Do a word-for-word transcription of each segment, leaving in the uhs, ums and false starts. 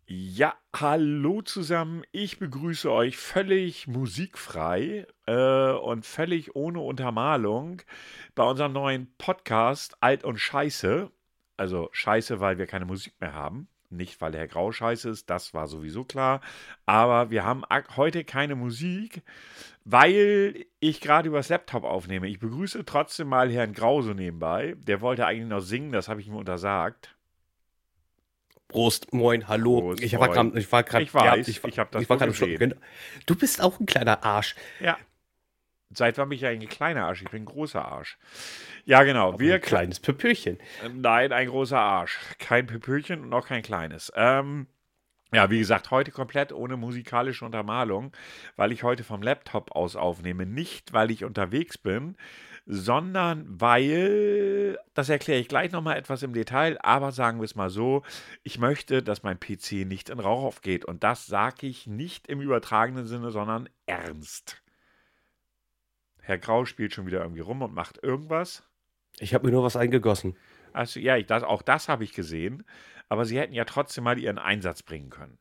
Ja, hallo zusammen. Ich begrüße euch völlig musikfrei äh, und völlig ohne Untermalung bei unserem neuen Podcast Alt und Scheiße. Also Scheiße, weil wir keine Musik mehr haben. Nicht, weil der Herr Grau scheiße ist, das war sowieso klar. Aber wir haben ak- heute keine Musik, weil ich gerade übers Laptop aufnehme. Ich begrüße trotzdem mal Herrn Grau so nebenbei. Der wollte eigentlich noch singen, das habe ich ihm untersagt. Prost, moin, hallo. Prost, Ich war moin. gerade, ich war gerade, Ich ja, weiß, ich war, ich habe das ich war wohl gerade im Schlucken. gesehen. Genau. Du bist auch ein kleiner Arsch. Ja, seit wann bin ich eigentlich ein kleiner Arsch? Ich bin ein großer Arsch. Ja, genau. Aber Wir, ein ka- kleines Püppchen. äh, nein, ein großer Arsch. Kein Püpöchen und auch kein kleines. Ähm, ja, wie gesagt, heute komplett ohne musikalische Untermalung, weil ich heute vom Laptop aus aufnehme. Nicht, weil ich unterwegs bin, sondern weil, das erkläre ich gleich nochmal etwas im Detail, aber sagen wir es mal so, ich möchte, dass mein P C nicht in Rauch aufgeht. Und das sage ich nicht im übertragenen Sinne, sondern ernst. Herr Grau spielt schon wieder irgendwie rum und macht irgendwas. Ich habe mir nur was eingegossen. Also ja, ich, das, auch das habe ich gesehen. Aber sie hätten ja trotzdem mal ihren Einsatz bringen können.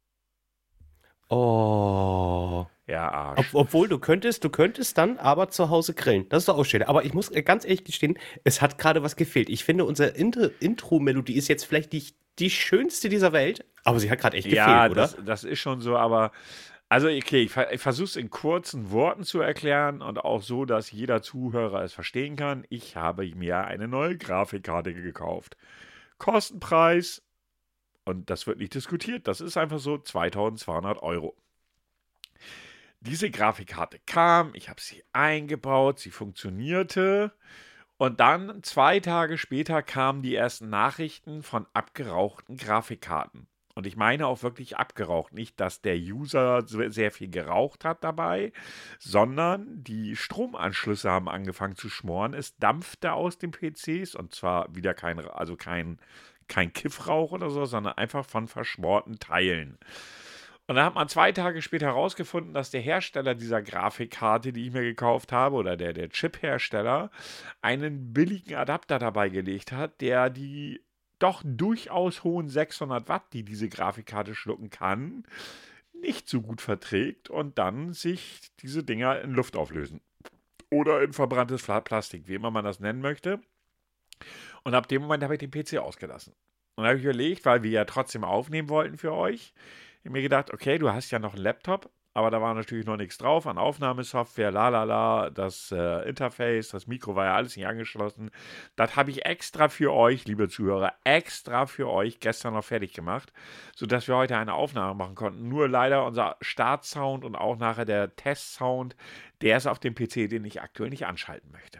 Oh. Ja, Ob, Arsch. obwohl du könntest, du könntest dann aber zu Hause grillen. Das ist doch auch schön. Aber ich muss äh, ganz ehrlich gestehen, es hat gerade was gefehlt. Ich finde, unsere Intro- Intro-Melodie ist jetzt vielleicht nicht die schönste dieser Welt, aber sie hat gerade echt Ja, gefehlt, oder? das, das ist schon so, aber also okay, ich, ver- ich versuche es in kurzen Worten zu erklären und auch so, dass jeder Zuhörer es verstehen kann. Ich habe mir eine neue Grafikkarte gekauft. Kostenpreis, und das wird nicht diskutiert, das ist einfach so zweitausendzweihundert Euro. Diese Grafikkarte kam, ich habe sie eingebaut, sie funktionierte. Und dann, zwei Tage später, kamen die ersten Nachrichten von abgerauchten Grafikkarten. Und ich meine auch wirklich abgeraucht. Nicht, dass der User so- sehr viel geraucht hat dabei, sondern die Stromanschlüsse haben angefangen zu schmoren. Es dampfte aus den P Cs und zwar wieder kein, also kein, kein Kiffrauch oder so, sondern einfach von verschmorten Teilen. Und dann hat man zwei Tage später herausgefunden, dass der Hersteller dieser Grafikkarte, die ich mir gekauft habe, oder der, der Chip-Hersteller, einen billigen Adapter dabei gelegt hat, der die doch durchaus hohen sechshundert Watt, die diese Grafikkarte schlucken kann, nicht so gut verträgt und dann sich diese Dinger in Luft auflösen. Oder in verbranntes Fla- Plastik, wie immer man das nennen möchte. Und ab dem Moment habe ich den P C ausgelassen. Und da habe ich überlegt, weil wir ja trotzdem aufnehmen wollten für euch, ich mir gedacht, okay, du hast ja noch einen Laptop, aber da war natürlich noch nichts drauf an Aufnahmesoftware, la la la, das äh, Interface, das Mikro war ja alles nicht angeschlossen. Das habe ich extra für euch, liebe Zuhörer, extra für euch gestern noch fertig gemacht, sodass wir heute eine Aufnahme machen konnten. Nur leider unser Startsound und auch nachher der Testsound, der ist auf dem P C, den ich aktuell nicht anschalten möchte.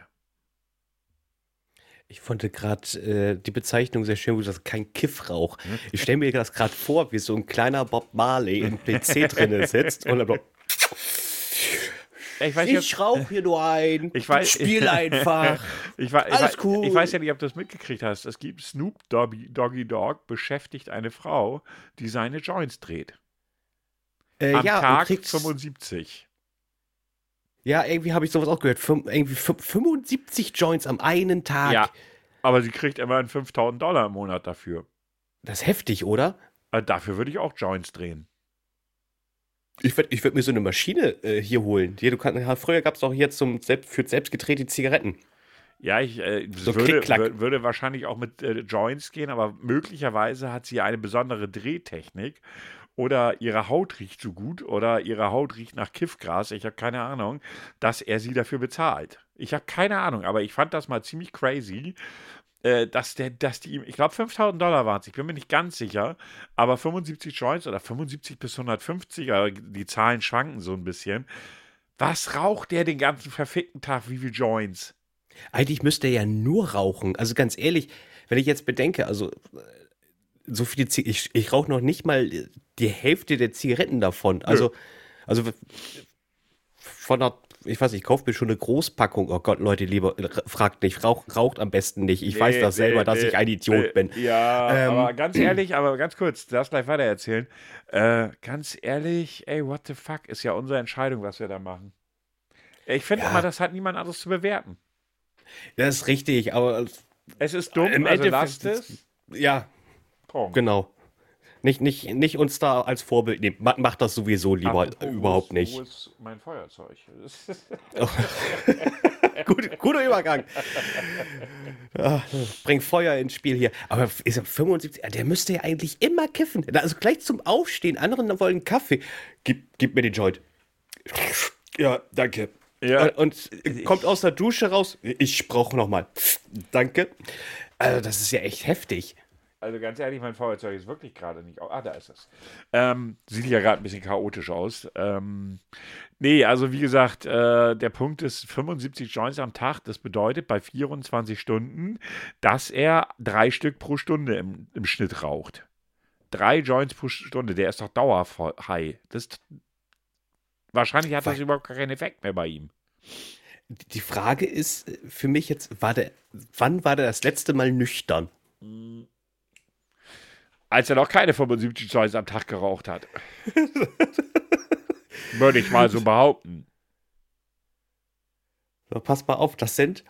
Ich fand gerade äh, die Bezeichnung sehr schön, wo du sagst, kein Kiffrauch. Hm? Ich stelle mir das gerade vor, wie so ein kleiner Bob Marley im P C drinne sitzt und dann so, Ich weiß jetzt, ich rauche hier nur ein, Ich weiß, spiel einfach. ich, wei- ich, Alles wei- cool. ich weiß ja nicht, ob du das mitgekriegt hast. Es gibt Snoop Doggy, Doggy Dogg beschäftigt eine Frau, die seine Joints dreht. Äh, Am ja, und Tag kriegst, fünfundsiebzig. ja, irgendwie habe ich sowas auch gehört. Fün irgendwie fün- fünfundsiebzig Joints am einen Tag. Ja, aber sie kriegt immerhin fünftausend Dollar im Monat dafür. Das ist heftig, oder? Äh, dafür würde ich auch Joints drehen. Ich würde ich würd mir so eine Maschine äh, hier holen. Hier, du kannst, ja, früher gab es auch hier zum selbst, für selbstgedrehte Zigaretten. Ja, ich äh, So würde, Klick-Klack. wür- würde wahrscheinlich auch mit äh, Joints gehen, aber möglicherweise hat sie eine besondere Drehtechnik oder ihre Haut riecht so gut oder ihre Haut riecht nach Kiffgras, ich habe keine Ahnung, dass er sie dafür bezahlt. Ich habe keine Ahnung, aber ich fand das mal ziemlich crazy, äh, dass, der, dass die ihm, ich glaube fünftausend Dollar waren es, ich bin mir nicht ganz sicher, aber fünfundsiebzig Joints oder fünfundsiebzig bis hundertfünfzig, aber die Zahlen schwanken so ein bisschen. Was raucht der den ganzen verfickten Tag? Wie viele Joints? Eigentlich müsste er ja nur rauchen. Also ganz ehrlich, wenn ich jetzt bedenke, also äh, so viele Zi ich, ich rauche noch nicht mal äh, die Hälfte der Zigaretten davon. Also, also w- von einer, ich weiß nicht, ich kaufe mir schon eine Großpackung. Oh Gott, Leute, lieber, äh, fragt nicht, rauch, raucht am besten nicht. Ich weiß Nee, das selber, nee, dass nee, ich ein Idiot nee. bin. Ja, Ähm, aber ganz ehrlich, aber ganz kurz, du darfst gleich weiter erzählen. Äh, ganz ehrlich, ey, what the fuck, ist ja unsere Entscheidung, was wir da machen. Ich finde immer, Ja, das hat niemand anderes zu bewerten. das ist richtig, aber Es ist dumm, im also lasst Endeffekt, es. ja, Punkt. genau. Nicht, nicht, nicht uns da als Vorbild nehmen. Ma- Macht das sowieso lieber Apropos, überhaupt wo ist, wo nicht. ist mein Feuerzeug? Gut, guter Übergang. Ah, bring Feuer ins Spiel hier. Aber ist er fünfundsiebzig? Der müsste ja eigentlich immer kiffen. Also gleich zum Aufstehen. Andere wollen Kaffee. Gib, gib mir den Joint. Ja, danke. Ja, Und, und kommt aus der Dusche raus. Ich brauche noch mal. Danke. Also das ist ja echt heftig. also ganz ehrlich, mein Feuerzeug ist wirklich gerade nicht. au- Ah, da ist es. Ähm, sieht ja gerade ein bisschen chaotisch aus. Ähm, nee, also wie gesagt, äh, der Punkt ist fünfundsiebzig Joints am Tag. Das bedeutet bei vierundzwanzig Stunden, dass er drei Stück pro Stunde im, im Schnitt raucht. Drei Joints pro Stunde. Der ist doch dauervoll high. Das, wahrscheinlich hat das Weil überhaupt gar keinen Effekt mehr bei ihm. die Frage ist äh, für mich jetzt, war der, wann war der das letzte Mal nüchtern? Als er noch keine fünfundsiebzig Joints am Tag geraucht hat. Würde ich mal so behaupten. So, pass mal auf, das sind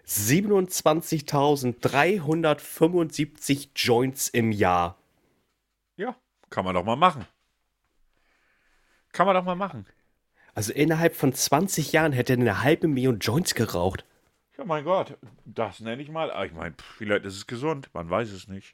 siebenundzwanzigtausenddreihundertfünfundsiebzig Joints im Jahr. Ja, kann man doch mal machen. Kann man doch mal machen. Also innerhalb von zwanzig Jahren hätte er eine halbe Million Joints geraucht. Ja, mein Gott, das nenne ich mal. Aber ich meine, vielleicht ist es gesund, man weiß es nicht.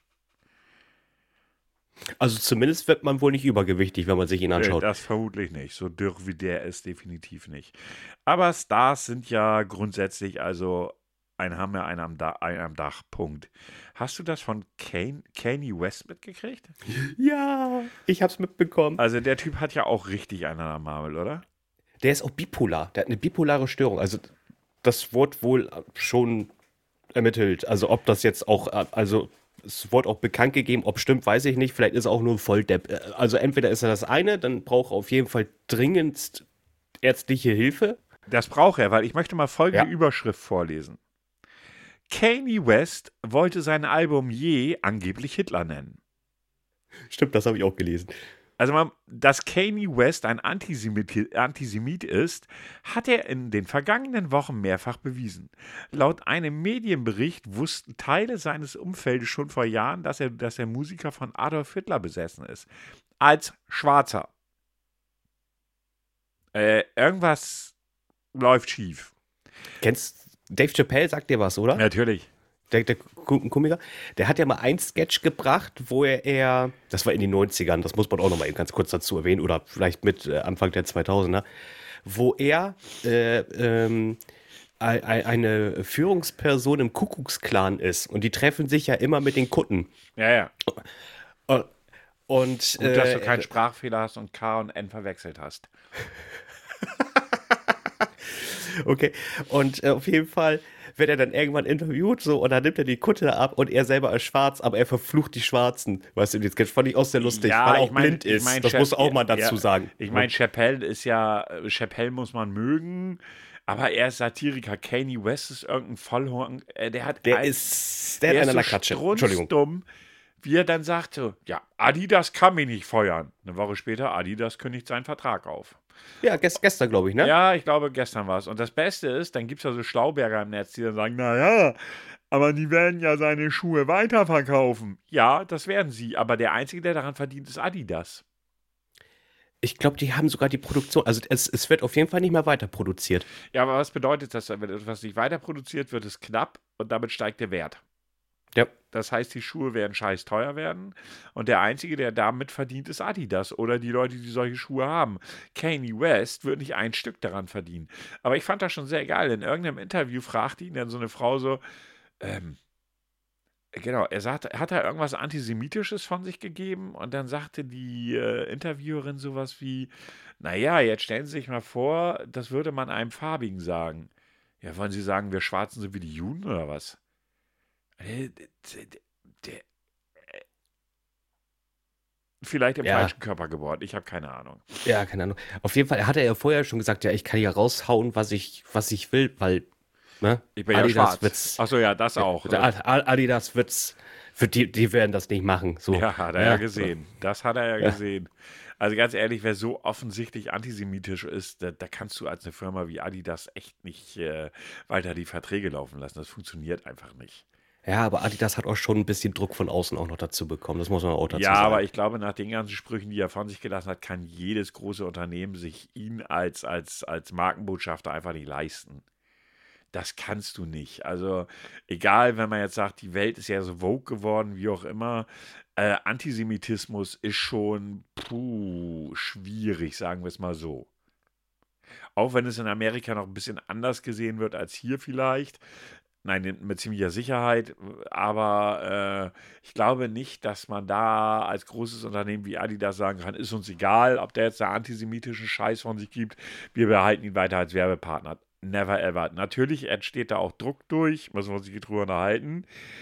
Also zumindest wird man wohl nicht übergewichtig, wenn man sich ihn Nee, anschaut. das vermutlich nicht. So dürr wie der ist definitiv nicht. Aber Stars sind ja grundsätzlich also ein Hammer, ein am, da ein am Dach. Punkt. Hast du das von Kane, Kanye West mitgekriegt? Ja, ich hab's mitbekommen. Also der Typ hat ja auch richtig einen an der Marmel, oder? Der ist auch bipolar. Der hat eine bipolare Störung. Also das wurde wohl schon ermittelt. Also ob das jetzt auch, äh, also es wurde auch bekannt gegeben, ob stimmt, weiß ich nicht. Vielleicht ist er auch nur ein Volldepp. Äh, Also entweder ist er das eine, dann braucht er auf jeden Fall dringendst ärztliche Hilfe. Das braucht er, weil ich möchte mal folgende Ja, Überschrift vorlesen. Kanye West wollte sein Album je angeblich Hitler nennen. stimmt, das habe ich auch gelesen. Also, man, dass Kanye West ein Antisemit, Antisemit ist, hat er in den vergangenen Wochen mehrfach bewiesen. Laut einem Medienbericht wussten Teile seines Umfeldes schon vor Jahren, dass er, dass er Musiker von Adolf Hitler besessen ist. Als Schwarzer. Äh, irgendwas läuft schief. Kennst Dave Chappelle, sagt dir was, oder? Natürlich. Der, der Ko- Komiker, der hat ja mal ein Sketch gebracht, wo er eher, das war in den Neunzigern, das muss man auch noch mal eben ganz kurz dazu erwähnen, oder vielleicht mit äh, Anfang der zweitausender, wo er äh, ähm, ei- ei- eine Führungsperson im Kuckucksklan ist und die treffen sich ja immer mit den Kutten. Ja, ja. Und, und Gut, dass du äh, keinen Sprachfehler hast und K und N verwechselt hast. okay, und äh, auf jeden Fall wird er dann irgendwann interviewt, so, und dann nimmt er die Kutte ab und er selber ist schwarz, aber er verflucht die Schwarzen. Weißt du, das Sketch fand ich auch sehr lustig, Ja, weil er ich auch mein, blind ich ist. mein, Das Chap- muss auch ja, mal dazu ja, sagen. Ich meine, Chappelle ist ja, Chappelle muss man mögen, aber er ist Satiriker. Kanye West ist irgendein Vollhorn. äh, Der hat Der ein- ist, der der hat ist einen an so der Katsche. Entschuldigung. strunzdumm, wie er dann sagte, ja, Adidas kann mich nicht feuern. Eine Woche später, Adidas kündigt seinen Vertrag auf. Ja, gest, gestern, glaube ich, ne? Ja, ich glaube, gestern war es. Und das Beste ist, dann gibt es ja so Schlauberger im Netz, die dann sagen, naja, aber die werden ja seine Schuhe weiterverkaufen. Ja, das werden sie. Aber der Einzige, der daran verdient, ist Adidas. Ich glaube, die haben sogar die Produktion, also es, es wird auf jeden Fall nicht mehr weiter produziert. Ja, aber was bedeutet das? Wenn etwas nicht weiter produziert wird, ist knapp und damit steigt der Wert. Ja. Das heißt, die Schuhe werden scheiß teuer werden und der Einzige, der damit verdient, ist Adidas oder die Leute, die solche Schuhe haben. Kanye West wird nicht ein Stück daran verdienen. Aber ich fand das schon sehr geil. In irgendeinem Interview fragte ihn dann so eine Frau so, ähm, genau, er sagte, hat er irgendwas Antisemitisches von sich gegeben? Und dann sagte die äh, Interviewerin sowas wie, naja, jetzt stellen Sie sich mal vor, das würde man einem Farbigen sagen. Ja, wollen Sie sagen, wir Schwarzen sind wie die Juden oder was? Äh, d- d- der- Vielleicht im Ja, falschen Körper geboren, ich habe keine Ahnung. ja, keine Ahnung. Auf jeden Fall hat er ja vorher schon gesagt, ja, ich kann ja raushauen, was ich, was ich will, weil, ne? Ich bin ja Adidas schwarz. wird's, Achso, ja, das auch. Ad- Adidas wird's, für die, die werden das nicht machen. So. Ja, hat er ja gesehen. Das hat er ja Ja. gesehen. Also ganz ehrlich, wer so offensichtlich antisemitisch ist, da, da kannst du als eine Firma wie Adidas echt nicht äh, weiter die Verträge laufen lassen. Das funktioniert einfach nicht. Ja, aber Adidas hat auch schon ein bisschen Druck von außen auch noch dazu bekommen. Das muss man auch dazu Ja, sagen. aber ich glaube, nach den ganzen Sprüchen, die er von sich gelassen hat, kann jedes große Unternehmen sich ihn als, als, als Markenbotschafter einfach nicht leisten. Das kannst du nicht. Also, egal, wenn man jetzt sagt, die Welt ist ja so woke geworden, wie auch immer, äh, Antisemitismus ist schon puh, schwierig, sagen wir es mal so. Auch wenn es in Amerika noch ein bisschen anders gesehen wird als hier vielleicht. Nein, mit ziemlicher Sicherheit. Aber äh, ich glaube nicht, dass man da als großes Unternehmen wie Adidas sagen kann, ist uns egal, ob der jetzt da antisemitischen Scheiß von sich gibt. Wir behalten ihn weiter als Werbepartner. Never ever. Natürlich entsteht da auch Druck durch, müssen wir uns nicht drüber unterhalten.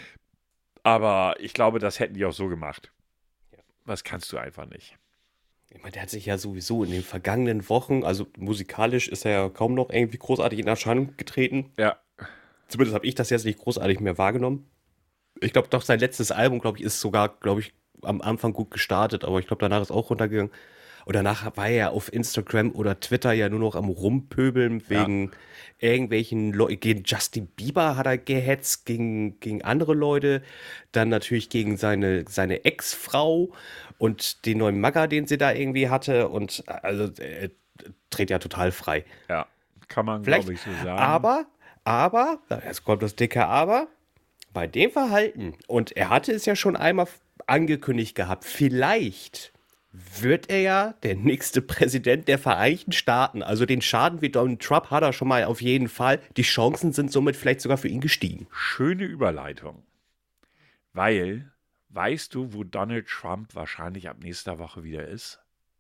Aber ich glaube, das hätten die auch so gemacht. Das kannst du einfach nicht. Ich meine, der hat sich ja sowieso in den vergangenen Wochen, also musikalisch ist er ja kaum noch irgendwie großartig in Erscheinung getreten. Ja. Zumindest habe ich das jetzt nicht großartig mehr wahrgenommen. Ich glaube doch, sein letztes Album, glaube ich, ist sogar, glaube ich, am Anfang gut gestartet, aber ich glaube, danach ist auch runtergegangen. Und danach war er ja auf Instagram oder Twitter ja nur noch am Rumpöbeln wegen irgendwelchen Leuten. Gegen Justin Bieber hat er gehetzt, gegen, gegen andere Leute. Dann natürlich gegen seine, seine Ex-Frau und den neuen Magger, den sie da irgendwie hatte. Und also, er dreht ja total frei. Ja, kann man, Vielleicht, glaube ich, so sagen. aber, aber, jetzt kommt das dicke Aber, bei dem Verhalten, und er hatte es ja schon einmal angekündigt gehabt, vielleicht wird er ja der nächste Präsident der Vereinigten Staaten. Also den Schaden wie Donald Trump hat er schon mal auf jeden Fall. Die Chancen sind somit vielleicht sogar für ihn gestiegen. Schöne Überleitung. Weil, weißt du, wo Donald Trump wahrscheinlich ab nächster Woche wieder ist?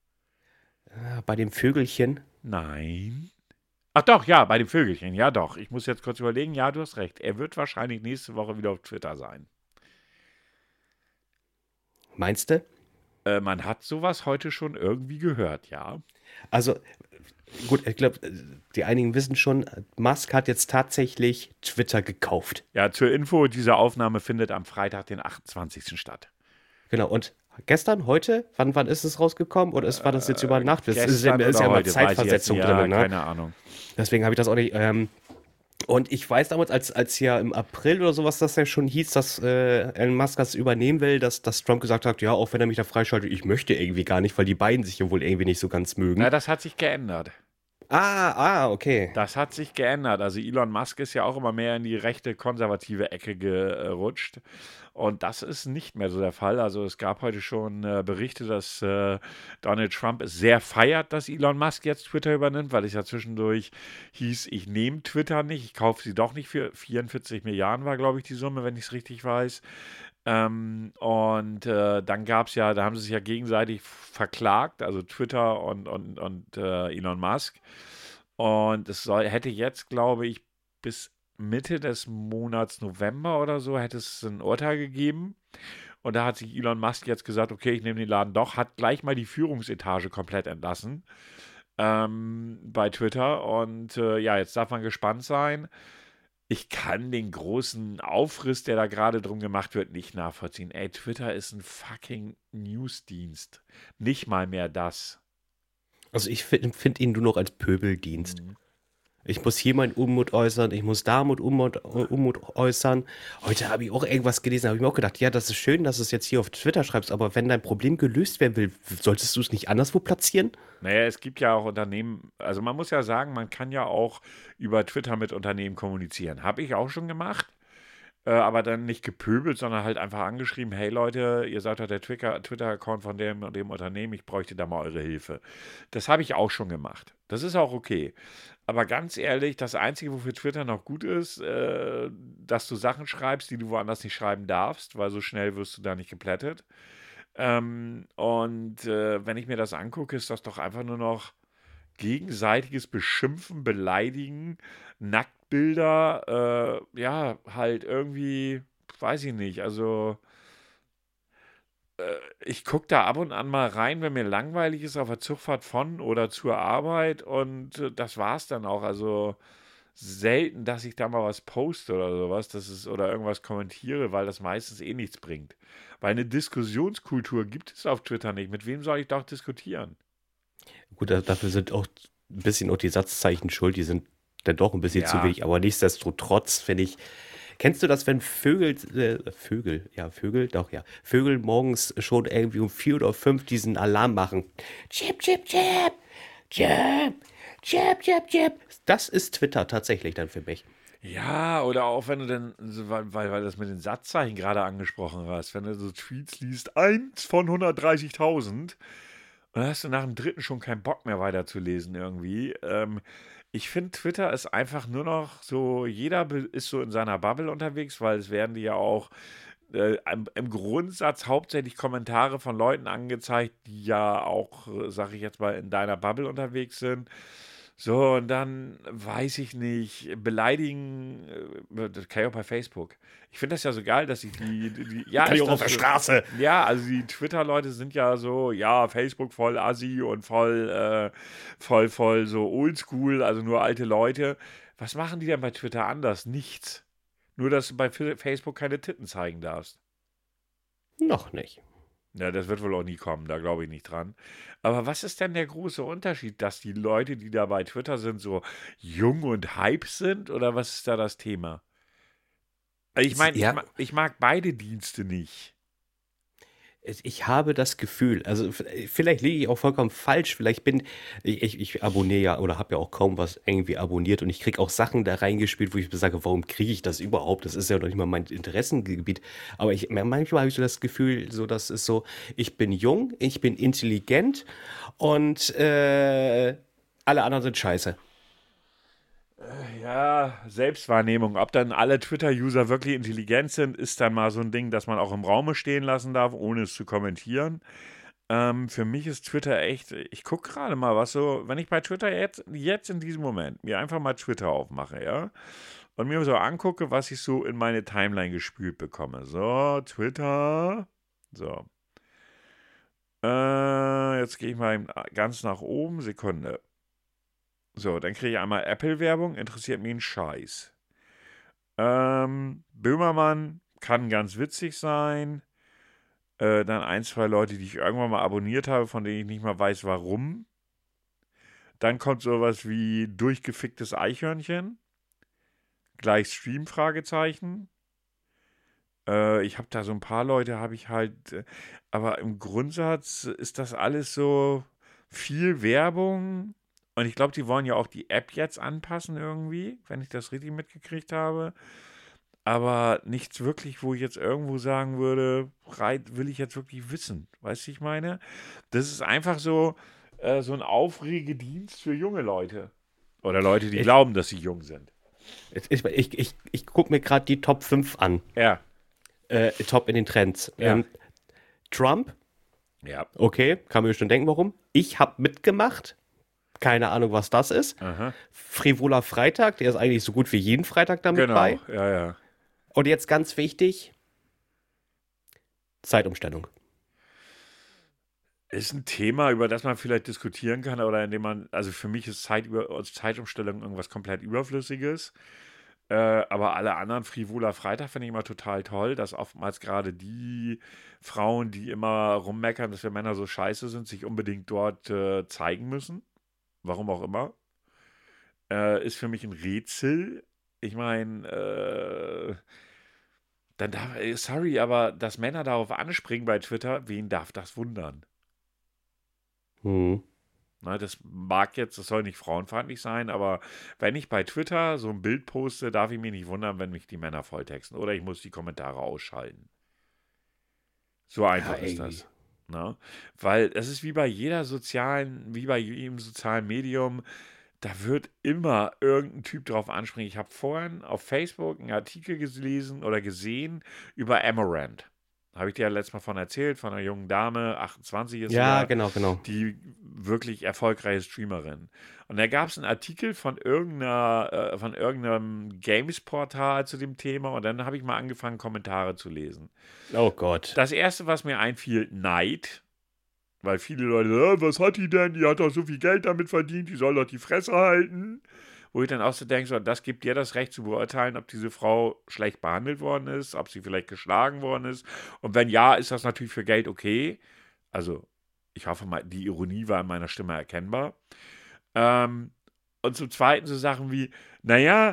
Äh, Bei dem Vögelchen. Nein. Ach doch, ja, bei dem Vögelchen. Ja, doch. Ich muss jetzt kurz überlegen. Ja, du hast recht. Er wird wahrscheinlich nächste Woche wieder auf Twitter sein. Meinst du? Äh, man hat sowas heute schon irgendwie gehört, ja. Also, gut, ich glaube, die einigen wissen schon, Musk hat jetzt tatsächlich Twitter gekauft. Ja, zur Info, diese Aufnahme findet am Freitag, den achtundzwanzigsten statt. Genau, und gestern, heute, wann, wann ist es rausgekommen? Oder ist, war das jetzt über Nacht? Das ist, ja- Gestern ist ja oder mal heute, weiß ich jetzt Zeitversetzung nicht. drin, Ja, ne? keine Ahnung. Deswegen habe ich das auch nicht. Ähm, und ich weiß damals, als, als ja im April oder sowas das ja schon hieß, dass äh, Elon Musk das übernehmen will, dass, dass Trump gesagt hat, ja, auch wenn er mich da freischaltet, ich möchte irgendwie gar nicht, weil die beiden sich ja wohl irgendwie nicht so ganz mögen. Na, das hat sich geändert. Ah, ah, okay. Das hat sich geändert. Also Elon Musk ist ja auch immer mehr in die rechte konservative Ecke gerutscht. Und das ist nicht mehr so der Fall. Also es gab heute schon äh, Berichte, dass äh, Donald Trump es sehr feiert, dass Elon Musk jetzt Twitter übernimmt, weil es ja zwischendurch hieß, ich nehme Twitter nicht, ich kaufe sie doch nicht für vierundvierzig Milliarden war, glaube ich, die Summe, wenn ich es richtig weiß. Ähm, und äh, dann gab es ja, da haben sie sich ja gegenseitig verklagt, also Twitter und, und, und äh, Elon Musk. Und es soll, hätte jetzt, glaube ich, bis Mitte des Monats November oder so, hätte es ein Urteil gegeben. Und da hat sich Elon Musk jetzt gesagt, okay, ich nehme den Laden doch, hat gleich mal die Führungsetage komplett entlassen ähm, bei Twitter. Und äh, ja, jetzt darf man gespannt sein. Ich kann den großen Aufriss, der da gerade drum gemacht wird, nicht nachvollziehen. Ey, Twitter ist ein fucking Newsdienst. Nicht mal mehr das. Also ich finde find ihn nur noch als Pöbeldienst. Mhm. Ich muss hier meinen Unmut äußern, ich muss da Mut, Unmut, Unmut äußern. Heute habe ich auch irgendwas gelesen, habe ich mir auch gedacht, ja, das ist schön, dass du es jetzt hier auf Twitter schreibst, aber wenn dein Problem gelöst werden will, solltest du es nicht anderswo platzieren? Naja, es gibt ja auch Unternehmen, also man muss ja sagen, man kann ja auch über Twitter mit Unternehmen kommunizieren. Habe ich auch schon gemacht, äh, aber dann nicht gepöbelt, sondern halt einfach angeschrieben, hey Leute, ihr seid doch der Twitter- Twitter-Account von dem und dem Unternehmen, ich bräuchte da mal eure Hilfe. Das habe ich auch schon gemacht. Das ist auch okay. Aber ganz ehrlich, das Einzige, wofür Twitter noch gut ist, äh, dass du Sachen schreibst, die du woanders nicht schreiben darfst, weil so schnell wirst du da nicht geplättet. Ähm, und äh, wenn ich mir das angucke, ist das doch einfach nur noch gegenseitiges Beschimpfen, Beleidigen, Nacktbilder, äh, ja, halt irgendwie, weiß ich nicht, also äh, ich gucke da ab und an mal rein, wenn mir langweilig ist, auf der Zugfahrt von oder zur Arbeit und äh, das war's dann auch, also selten, dass ich da mal was poste oder sowas, das ist, oder irgendwas kommentiere, weil das meistens eh nichts bringt. Weil eine Diskussionskultur gibt es auf Twitter nicht. Mit wem soll ich doch diskutieren? Gut, da- dafür sind auch ein bisschen auch die Satzzeichen schuld, die sind dann doch ein bisschen zu Ja. wenig, aber nichtsdestotrotz finde ich, Kennst du das, wenn Vögel, äh, Vögel, ja, Vögel, doch, ja, Vögel morgens schon irgendwie um vier oder fünf diesen Alarm machen? Chip, chip, chip, chip, chip, chip, chip. Das ist Twitter tatsächlich dann für mich. Ja, oder auch wenn du dann, so, weil, weil weil das mit den Satzzeichen gerade angesprochen hast, wenn du so Tweets liest, eins von hundertdreißigtausend, und dann hast du nach dem dritten schon keinen Bock mehr weiterzulesen irgendwie. Ähm, ich finde, Twitter ist einfach nur noch so, jeder be- ist so in seiner Bubble unterwegs, weil es werden dir ja auch äh, im, im Grundsatz hauptsächlich Kommentare von Leuten angezeigt, die ja auch, äh, sag ich jetzt mal, in deiner Bubble unterwegs sind. So, und dann weiß ich nicht, beleidigen, äh, das kann ich auch bei Facebook. Ich finde das ja so geil, dass ich die, die, die ja, Kann ich ist auch auf das der so, Straße. ja, also die Twitter-Leute sind ja so, ja, Facebook voll assi und voll, äh, voll, voll so oldschool, also nur alte Leute. Was machen die denn bei Twitter anders? Nichts. Nur, dass du bei F- Facebook keine Titten zeigen darfst. Noch nicht. Ja, das wird wohl auch nie kommen, da glaube ich nicht dran. Aber was ist denn der große Unterschied, dass die Leute, die da bei Twitter sind, so jung und hype sind? Oder was ist da das Thema? Ich meine, ich, Ja, ma- ich mag beide Dienste nicht. es- ich habe das Gefühl, also v- vielleicht liege ich auch vollkommen falsch, vielleicht bin ich, ich, ich abonniere ja oder habe ja auch kaum was irgendwie abonniert und ich kriege auch Sachen da reingespielt, wo ich mir sage, warum kriege ich das überhaupt? Das ist ja noch nicht mal mein Interessengebiet. Aber ich, manchmal habe ich so das Gefühl, so das ist so, ich bin jung, ich bin intelligent und äh, alle anderen sind scheiße. Ja, Selbstwahrnehmung. Ob dann alle Twitter-User wirklich intelligent sind, ist dann mal so ein Ding, das man auch im Raume stehen lassen darf, ohne es zu kommentieren. Ähm, für mich ist Twitter echt, ich gucke gerade mal, was so, wenn ich bei Twitter jetzt, jetzt in diesem Moment mir einfach mal Twitter aufmache, ja, und mir so angucke, was ich so in meine Timeline gespült bekomme. So, Twitter. So. Äh, jetzt gehe ich mal ganz nach oben. Sekunde. So, dann kriege ich einmal Apple-Werbung, interessiert mich ein Scheiß. Ähm, Böhmermann kann ganz witzig sein. Äh, dann ein, zwei Leute, die ich irgendwann mal abonniert habe, von denen ich nicht mal weiß, warum. Dann kommt sowas wie durchgeficktes Eichhörnchen. Gleich Stream, Fragezeichen. Äh, ich habe da so ein paar Leute, habe ich halt, äh, aber im Grundsatz ist das alles so viel Werbung. Und ich glaube, die wollen ja auch die App jetzt anpassen irgendwie, wenn ich das richtig mitgekriegt habe. Aber nichts wirklich, wo ich jetzt irgendwo sagen würde, reit, will ich jetzt wirklich wissen. Weißt du, ich meine? Das ist einfach so, äh, so ein Aufregedienst für junge Leute. Oder Leute, die Ich, glauben, dass sie jung sind. ich, ich, ich, ich gucke mir gerade die Top fünf an, Ja, äh, Top in den Trends. ja, Ähm, Trump, ja. okay, kann man mir schon denken, warum. Ich habe mitgemacht. Keine Ahnung, was das ist. Aha. Frivoler Freitag, der ist eigentlich so gut wie jeden Freitag damit Genau, bei. ja, ja. Und jetzt ganz wichtig, Zeitumstellung. Ist ein Thema, über das man vielleicht diskutieren kann, oder indem man, also für mich ist Zeit über, Zeitumstellung irgendwas komplett Überflüssiges. Äh, aber alle anderen Frivola Freitag finde ich immer total toll, dass oftmals gerade die Frauen, die immer rummeckern, dass wir Männer so scheiße sind, sich unbedingt dort äh, zeigen müssen. Warum auch immer. Äh, ist für mich ein Rätsel. Ich meine, äh, dann darf, äh, sorry, aber dass Männer darauf anspringen bei Twitter, wen darf das wundern? Hm. Ne, das mag jetzt, das soll nicht frauenfeindlich sein, aber wenn ich bei Twitter so ein Bild poste, darf ich mich nicht wundern, wenn mich die Männer volltexten. Oder ich muss die Kommentare ausschalten. So Ja, einfach ist ey. das. Ne? Weil es ist wie bei jeder sozialen, wie bei jedem sozialen Medium, da wird immer irgendein Typ drauf anspringen. Ich habe vorhin auf Facebook einen Artikel gelesen oder gesehen über Amaranth. Habe ich dir ja letztes Mal von erzählt, von einer jungen Dame, achtundzwanzig ist sie Ja, ja, genau, genau. die wirklich erfolgreiche Streamerin. Und da gab es einen Artikel von irgendeiner, äh, von irgendeinem Games-Portal zu dem Thema und dann habe ich mal angefangen, Kommentare zu lesen. Oh Gott. Das erste, was mir einfiel, Neid. Weil viele Leute, äh, was hat die denn? Die hat doch so viel Geld damit verdient, die soll doch die Fresse halten. Wo ich dann auch so denke, so, das gibt dir das Recht zu beurteilen, ob diese Frau schlecht behandelt worden ist, ob sie vielleicht geschlagen worden ist. Und wenn ja, ist das natürlich für Geld okay. Also, ich hoffe mal, die Ironie war in meiner Stimme erkennbar. Ähm, und zum Zweiten so Sachen wie, naja,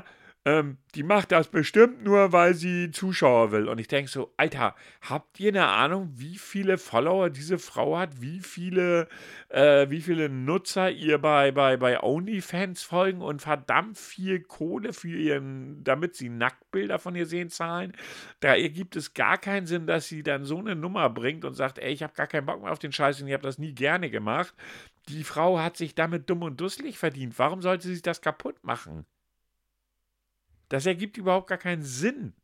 ähm, die macht das bestimmt nur, weil sie Zuschauer will. Und ich denke so, Alter, habt ihr eine Ahnung, wie viele Follower diese Frau hat, wie viele, äh, wie viele Nutzer ihr bei, bei, bei OnlyFans folgen und verdammt viel Kohle für ihren, damit sie Nacktbilder von ihr sehen, zahlen? Da ergibt es gar keinen Sinn, dass sie dann so eine Nummer bringt und sagt, ey, ich habe gar keinen Bock mehr auf den Scheiß und ich habe das nie gerne gemacht. Die Frau hat sich damit dumm und dusselig verdient. Warum sollte sie sich das kaputt machen? Das ergibt überhaupt gar keinen Sinn.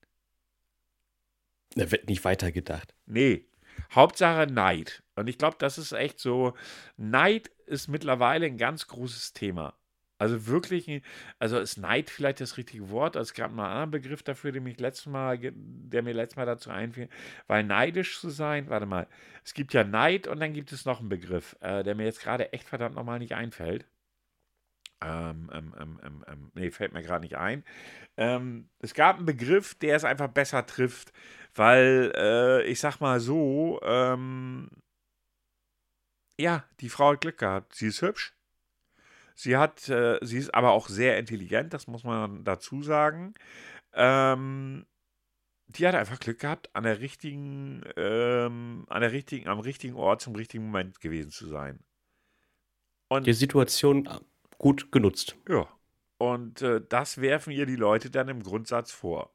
Da wird nicht weitergedacht. Nee. Hauptsache Neid. Und ich glaube, das ist echt so. Neid ist mittlerweile ein ganz großes Thema. Also wirklich, also ist Neid vielleicht das richtige Wort? Also es gab mal einen anderen Begriff dafür, der, mich letztes Mal, der mir letztes Mal dazu einfiel. Weil neidisch zu sein, warte mal, es gibt ja Neid und dann gibt es noch einen Begriff, äh, der mir jetzt gerade echt verdammt nochmal nicht einfällt. Ähm, ähm, ähm, ähm, ähm, nee, fällt mir gerade nicht ein. Ähm, es gab einen Begriff, der es einfach besser trifft, weil äh, ich sag mal so, ähm, ja, die Frau hat Glück gehabt. Sie ist hübsch. Sie hat, äh, sie ist aber auch sehr intelligent, das muss man dazu sagen. Ähm, die hat einfach Glück gehabt, an der richtigen, ähm, an der richtigen, am richtigen Ort zum richtigen Moment gewesen zu sein. Die Und Situation äh, gut genutzt. ja, und äh, das werfen ihr die Leute dann im Grundsatz vor.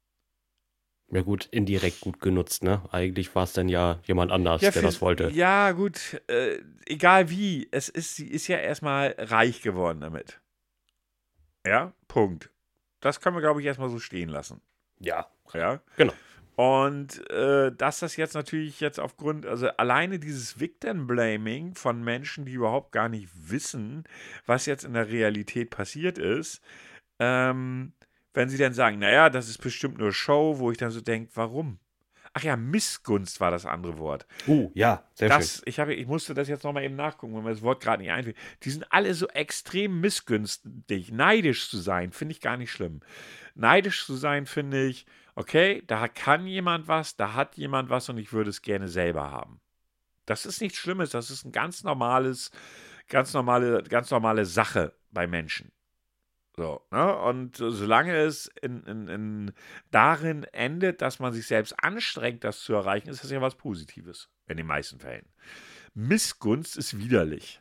Ja gut, indirekt gut genutzt, ne? Eigentlich war es dann ja jemand anders, Ja, der für, das wollte. ja gut, äh, egal wie, es ist, sie ist ja erstmal reich geworden damit. Ja, Punkt. Das können wir, glaube ich, erstmal so stehen lassen. Ja, Ja. genau. Und äh, dass das jetzt natürlich jetzt aufgrund, also alleine dieses Victim-Blaming von Menschen, die überhaupt gar nicht wissen, was jetzt in der Realität passiert ist, ähm, wenn sie dann sagen, naja, das ist bestimmt nur Show, wo ich dann so denke, warum? Ach ja, Missgunst war das andere Wort. Uh, ja, sehr schön. Das, ich, habe, ich musste das jetzt nochmal eben nachgucken, weil mir das Wort gerade nicht einfällt. Die sind alle so extrem missgünstig. Neidisch zu sein, finde ich gar nicht schlimm. Neidisch zu sein, finde ich, okay, da kann jemand was, da hat jemand was und ich würde es gerne selber haben. Das ist nichts Schlimmes, das ist ein ganz normales, ganz normale, ganz normale Sache bei Menschen. So, ne? Und solange es in, in, in darin endet, dass man sich selbst anstrengt, das zu erreichen, ist das ja was Positives. In den meisten Fällen. Missgunst ist widerlich.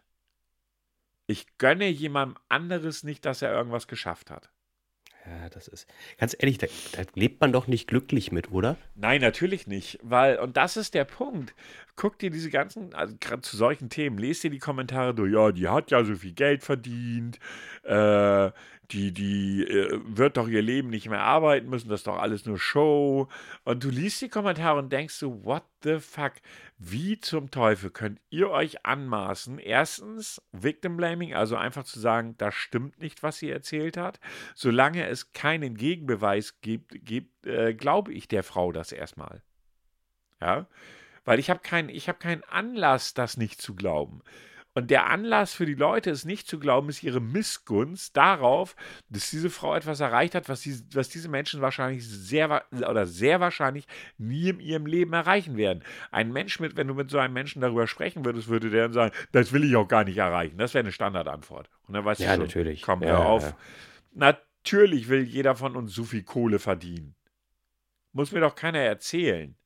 Ich gönne jemandem anderes nicht, dass er irgendwas geschafft hat. Ja, das ist. Ganz ehrlich, da, da lebt man doch nicht glücklich mit, oder? Nein, natürlich nicht, weil, und das ist der Punkt. Guck dir diese ganzen, also gerade zu solchen Themen, lest dir die Kommentare durch, ja, die hat ja so viel Geld verdient, äh, die, die äh, wird doch ihr Leben nicht mehr arbeiten müssen, das ist doch alles nur Show. Und du liest die Kommentare und denkst so, what the fuck? Wie zum Teufel könnt ihr euch anmaßen? Erstens, Victim Blaming, also einfach zu sagen, das stimmt nicht, was sie erzählt hat. Solange es keinen Gegenbeweis gibt, gibt äh, glaube ich der Frau das erstmal. Ja, weil ich habe keinen, ich habe keinen Anlass, das nicht zu glauben. Und der Anlass für die Leute, es nicht zu glauben, ist ihre Missgunst darauf, dass diese Frau etwas erreicht hat, was diese, was diese Menschen wahrscheinlich sehr wa- oder sehr wahrscheinlich nie in ihrem Leben erreichen werden. Ein Mensch mit, wenn du mit so einem Menschen darüber sprechen würdest, würde der dann sagen, das will ich auch gar nicht erreichen. Das wäre eine Standardantwort. Und dann weißt Ja, du schon, natürlich. komm, Ja, hör ja, auf. ja. Natürlich will jeder von uns so viel Kohle verdienen. Muss mir doch keiner erzählen.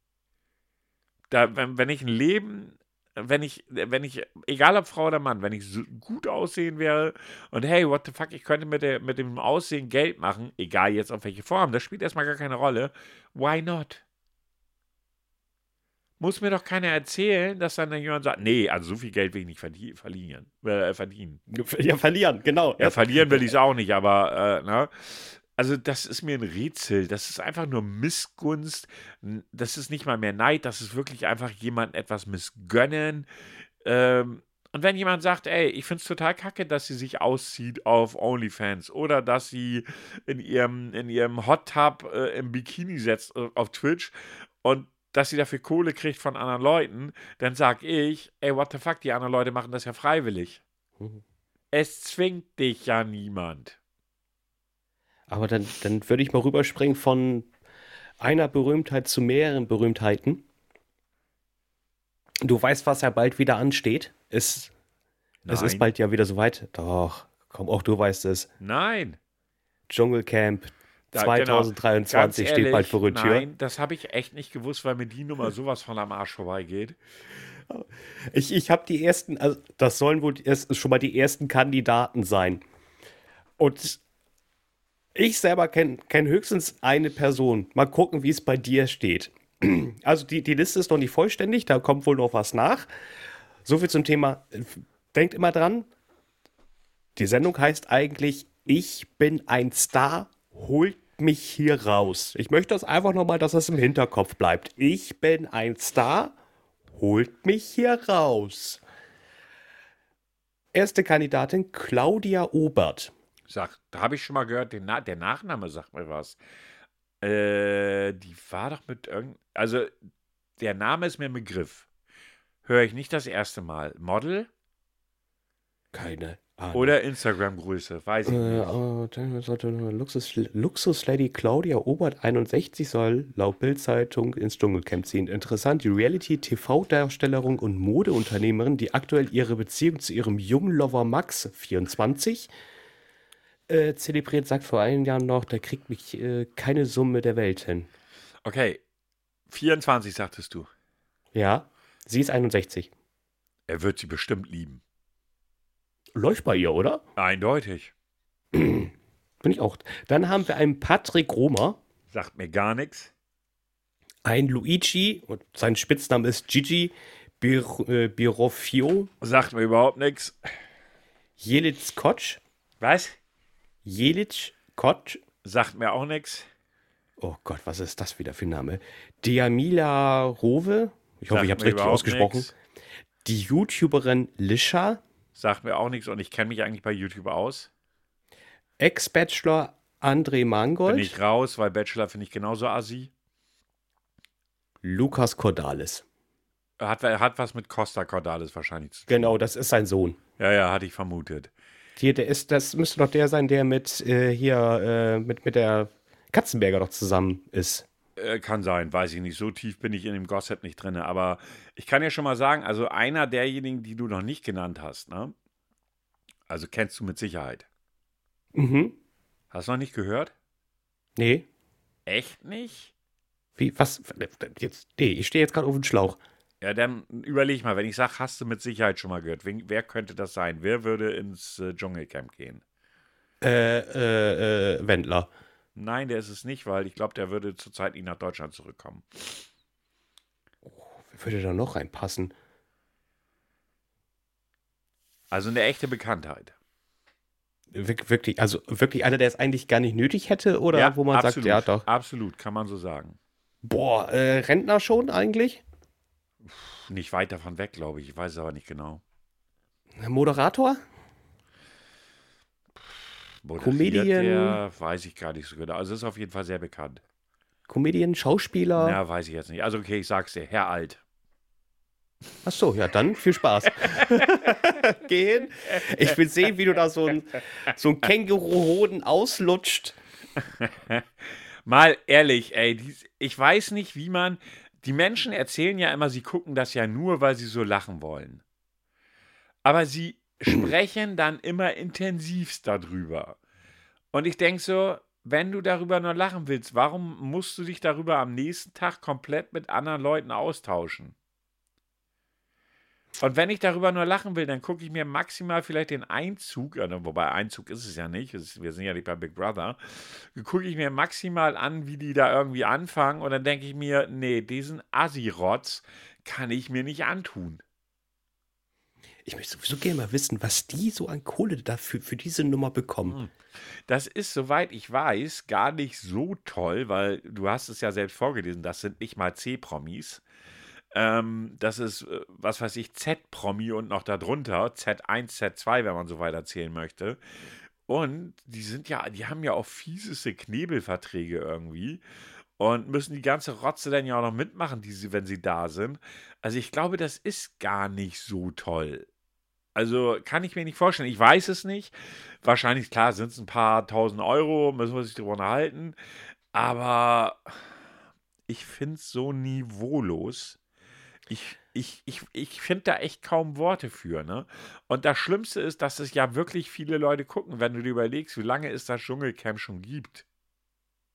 Da, wenn, wenn ich ein Leben, wenn ich, wenn ich, egal ob Frau oder Mann, wenn ich so gut aussehen wäre und hey, what the fuck, ich könnte mit, der, mit dem Aussehen Geld machen, egal jetzt auf welche Form, das spielt erstmal gar keine Rolle. Why not? Muss mir doch keiner erzählen, dass dann jemand sagt, nee, also so viel Geld will ich nicht verdien, verlieren, äh, verdienen. Ja, verlieren, genau. Ja, verlieren will ich es auch nicht, aber, äh, ne? Also, das ist mir ein Rätsel. Das ist einfach nur Missgunst. N- Das ist nicht mal mehr Neid. Das ist wirklich einfach jemandem etwas missgönnen. Ähm, und wenn jemand sagt, ey, ich finde es total kacke, dass sie sich auszieht auf OnlyFans oder dass sie in ihrem, in ihrem Hot Tub äh, im Bikini setzt äh, auf Twitch und dass sie dafür Kohle kriegt von anderen Leuten, dann sag ich, ey, what the fuck, die anderen Leute machen das ja freiwillig. Mhm. Es zwingt dich ja niemand. Aber dann, dann würde ich mal rüberspringen von einer Berühmtheit zu mehreren Berühmtheiten. Du weißt, was ja bald wieder ansteht. Es, es ist Nein. bald ja wieder soweit. Doch, komm, auch du weißt es. Nein. Dschungelcamp, Da, genau. Ganz zweitausenddreiundzwanzig steht ehrlich, bald vor der Tür. nein, das habe ich echt nicht gewusst, weil mir die Nummer sowas von am Arsch vorbeigeht. Ich, ich habe die ersten, also das sollen wohl erst schon mal die ersten Kandidaten sein. Und ich selber kenne kenn höchstens eine Person. Mal gucken, wie es bei dir steht. Also die, die Liste ist noch nicht vollständig, da kommt wohl noch was nach. So viel zum Thema. Denkt immer dran, die Sendung heißt eigentlich Ich bin ein Star, holt mich hier raus. Ich möchte das einfach nochmal, dass das im Hinterkopf bleibt. Ich bin ein Star, holt mich hier raus. Erste Kandidatin Claudia Obert. Sag, da habe ich schon mal gehört, den Na der Nachname sagt mir was. Äh, die war doch mit irgend... Also, der Name ist mir ein Begriff. Höre ich nicht das erste Mal. Model? Keine Ahnung. Oder Instagram-Größe, weiß ich Äh, nicht. äh, Luxus, Luxus-Lady Claudia Obert, einundsechzig, soll laut Bild-Zeitung ins Dschungelcamp ziehen. Interessant, die Reality-T V-Darstellerin und Modeunternehmerin, die aktuell ihre Beziehung zu ihrem jungen Lover Max, vierundzwanzig, äh, zelebriert, sagt vor einem Jahr noch, der kriegt mich äh, keine Summe der Welt hin. Okay, vierundzwanzig sagtest du. Ja, sie ist einundsechzig. Er wird sie bestimmt lieben. Läuft bei ihr, oder? Eindeutig. Bin ich auch. Dann haben wir einen Patrick Romer. Sagt mir gar nichts. Ein Luigi, und sein Spitzname ist Gigi Bir äh, Birofio. Sagt mir überhaupt nichts. Jelic Kotsch. Was? Jelic Kotsch. Sagt mir auch nichts. Oh Gott, was ist das wieder für ein Name? Diamila Rowe. Ich hoffe, Sagt ich habe es mir richtig überhaupt ausgesprochen. nix. Die YouTuberin Lisha. Sagt mir auch nichts und ich kenne mich eigentlich bei YouTube aus. Ex-Bachelor André Mangold. Bin ich raus, weil Bachelor finde ich genauso assi. Lukas Cordalis. Hat, hat was mit Costa Cordalis wahrscheinlich zu tun. Genau, das ist sein Sohn. Ja, ja, hatte ich vermutet. Hier, der ist, das müsste doch der sein, der mit äh, hier äh, mit, mit der Katzenberger doch zusammen ist. Äh, kann sein, weiß ich nicht. So tief bin ich in dem Gossip nicht drin. Aber ich kann ja schon mal sagen, also einer derjenigen, die du noch nicht genannt hast, ne? Also kennst du mit Sicherheit. Mhm. Hast du noch nicht gehört? Nee. Echt nicht? Wie, was? Jetzt, nee, ich stehe jetzt gerade auf dem Schlauch. Ja, dann überleg mal, wenn ich sage, hast du mit Sicherheit schon mal gehört. Wen, wer könnte das sein? Wer würde ins äh, Dschungelcamp gehen? Äh, äh, äh, Wendler. Nein, der ist es nicht, weil ich glaube, der würde zurzeit nicht nach Deutschland zurückkommen. Wer würde da noch reinpassen? Also eine echte Bekanntheit. Wir- Wirklich, also wirklich einer, der es eigentlich gar nicht nötig hätte, oder Ja, wo man absolut, sagt, ja doch. absolut, kann man so sagen. Boah, äh, Rentner schon eigentlich? Nicht weit davon weg, glaube ich. Ich weiß es aber nicht genau. Moderator? Moderiert Comedian? Der, weiß ich gar nicht so genau. Also ist auf jeden Fall sehr bekannt. Comedian, Schauspieler? Na, weiß ich jetzt nicht. Also okay, ich sag's dir, Herr Alt. Ach so, ja, dann viel Spaß. Gehen. Ich will sehen, wie du da so ein, so ein Känguruhoden auslutscht. Mal ehrlich, ey, dies- ich weiß nicht, wie man. Die Menschen erzählen ja immer, sie gucken das ja nur, weil sie so lachen wollen. Aber sie sprechen dann immer intensivst darüber. Und ich denke so, wenn du darüber nur lachen willst, warum musst du dich darüber am nächsten Tag komplett mit anderen Leuten austauschen? Und wenn ich darüber nur lachen will, dann gucke ich mir maximal vielleicht den Einzug, oder wobei Einzug ist es ja nicht, es ist, wir sind ja nicht bei Big Brother, gucke ich mir maximal an, wie die da irgendwie anfangen und dann denke ich mir, nee, diesen Assi-Rotz kann ich mir nicht antun. Ich möchte sowieso gerne mal wissen, was die so an Kohle dafür für diese Nummer bekommen. Das ist, soweit ich weiß, gar nicht so toll, weil du hast es ja selbst vorgelesen, das sind nicht mal C-Promis. Ähm, das ist, äh, was weiß ich, Z-Promi und noch darunter, Z eins, Z zwei, wenn man so weiter zählen möchte. Und die sind ja, die haben ja auch fieseste Knebelverträge irgendwie und müssen die ganze Rotze dann ja auch noch mitmachen, die sie, wenn sie da sind. Also ich glaube, das ist gar nicht so toll. Also kann ich mir nicht vorstellen. Ich weiß es nicht. Wahrscheinlich, klar, sind es ein paar tausend Euro, müssen wir sich darüber unterhalten. Aber ich finde es so niveaulos. Ich, ich, ich, ich finde da echt kaum Worte für, ne? Und das Schlimmste ist, dass es ja wirklich viele Leute gucken, wenn du dir überlegst, wie lange es das Dschungelcamp schon gibt.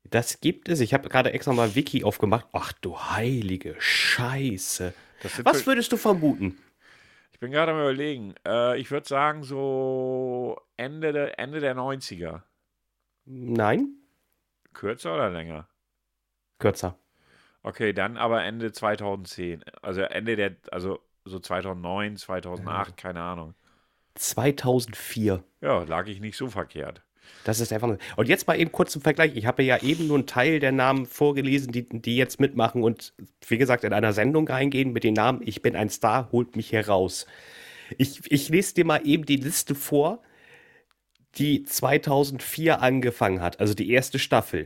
Das gibt es. Ich habe gerade extra mal Wiki aufgemacht. Ach du heilige Scheiße. Das sind, Was würdest du vermuten? ich bin gerade am Überlegen. Äh, ich würde sagen, so Ende der, Ende der neunziger. Nein? Kürzer oder länger? Kürzer. Okay, dann aber Ende zweitausendzehn. Also Ende der, also so zweitausendneun, zweitausendacht, keine Ahnung. zweitausendvier. Ja, lag ich nicht so verkehrt. Das ist einfach. Und jetzt mal eben kurz zum Vergleich. Ich habe ja eben nur einen Teil der Namen vorgelesen, die, die jetzt mitmachen und wie gesagt in einer Sendung reingehen mit den Namen Ich bin ein Star, holt mich heraus. Ich, ich lese dir mal eben die Liste vor, die zweitausendvier angefangen hat, also die erste Staffel.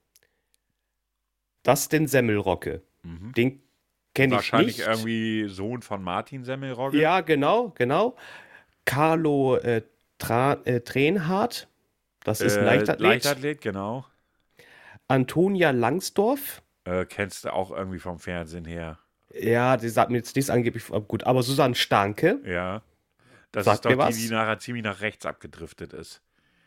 Dustin Semmelrocke. Mhm. Den kenne ich Wahrscheinlich nicht. irgendwie Sohn von Martin Semmelrogge. Ja, genau, genau. Carlo äh, Tra äh, Trenhardt, das ist ein Äh, Leichtathlet. Leichtathlet, genau. Antonia Langsdorff. Äh, kennst du auch irgendwie vom Fernsehen her. Ja, die sagt mir jetzt nichts angeblich äh, gut, aber Susanne Starke, Ja. Das sagt ist doch mir die, was. die nachher ziemlich nach rechts abgedriftet ist.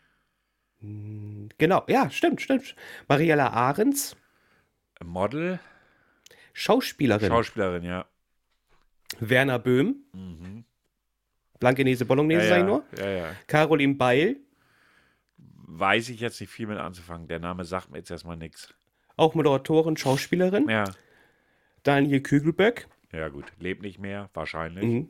Genau, ja, stimmt, stimmt. Mariella Ahrens, Model, Schauspielerin. Schauspielerin, ja. Werner Böhm, Mhm. Blankenese Bolognese, Ja, sag ich ja, nur. ja, ja. Caroline Beil, Weiß ich jetzt nicht viel mit anzufangen. Der Name sagt mir jetzt erstmal nichts. auch Moderatorin, Schauspielerin. Ja. Daniel Kügelböck, Ja, gut. Lebt nicht mehr, wahrscheinlich. mhm.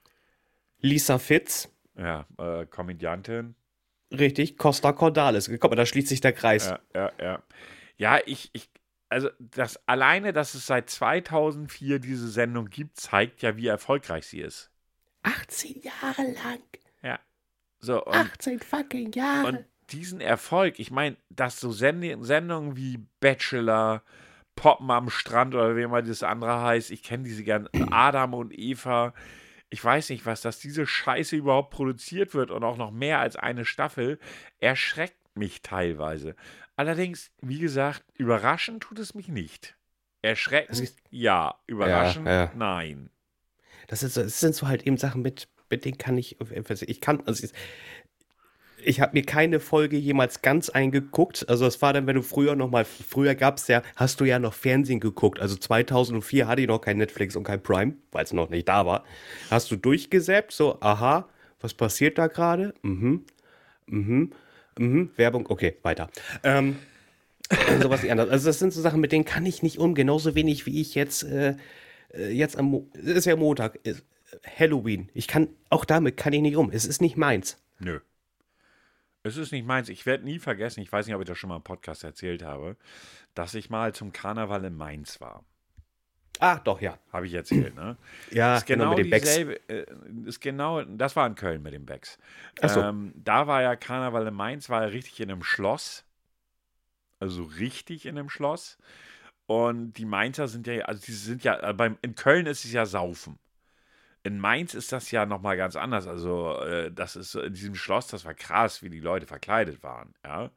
Lisa Fitz, Ja, äh, Komödiantin. richtig, Costa Cordalis. Guck mal, da schließt sich der Kreis. Ja, ja, ja. Ja, ich, ich, also das alleine, dass es seit zweitausendvier diese Sendung gibt, zeigt ja, wie erfolgreich sie ist. achtzehn Jahre lang. Ja. So, und, achtzehn fucking Jahre. und diesen Erfolg, ich meine, dass so Send Sendungen wie Bachelor, Poppen am Strand oder wie immer das andere heißt, ich kenne diese gern, Adam und Eva, ich weiß nicht was, dass diese Scheiße überhaupt produziert wird und auch noch mehr als eine Staffel, erschreckt mich teilweise. Allerdings, wie gesagt, überraschend tut es mich nicht. Erschreckend, ja. Überraschend, Ja, ja. nein. Das, ist, so- das sind so halt eben Sachen, mit, mit denen kann ich, ich kann, also ich, ich habe mir keine Folge jemals ganz eingeguckt. Also das war dann, wenn du früher noch mal, früher gab es ja, hast du ja noch Fernsehen geguckt. Also zweitausendvier hatte ich noch kein Netflix und kein Prime, weil es noch nicht da war. Hast du durchgesäppt, so, aha, was passiert da gerade? Mhm, mhm, mhm, Werbung, okay, weiter. Ähm, sowas anderes. Also das sind so Sachen, mit denen kann ich nicht um, genauso wenig wie ich jetzt, äh, äh, jetzt am, Mo es ist ja Montag, ist Halloween. Ich kann, auch damit kann ich nicht um. Es ist nicht meins. Nö. Es ist nicht meins. Ich werde nie vergessen, ich weiß nicht, ob ich das schon mal im Podcast erzählt habe, dass ich mal zum Karneval in Mainz war. Ah, doch, ja. Habe ich erzählt, ne? Ja, ist genau mit den Becks. dieselbe, äh, ist genau, das war in Köln mit den Becks. Ach so. Ähm, da war ja Karneval in Mainz, war ja richtig in einem Schloss. Also richtig in einem Schloss. Und die Mainzer sind ja, also die sind ja, äh, beim, in Köln ist es ja Saufen. In Mainz ist das ja nochmal ganz anders. Also, äh, das ist so in diesem Schloss, das war krass, wie die Leute verkleidet waren, ja.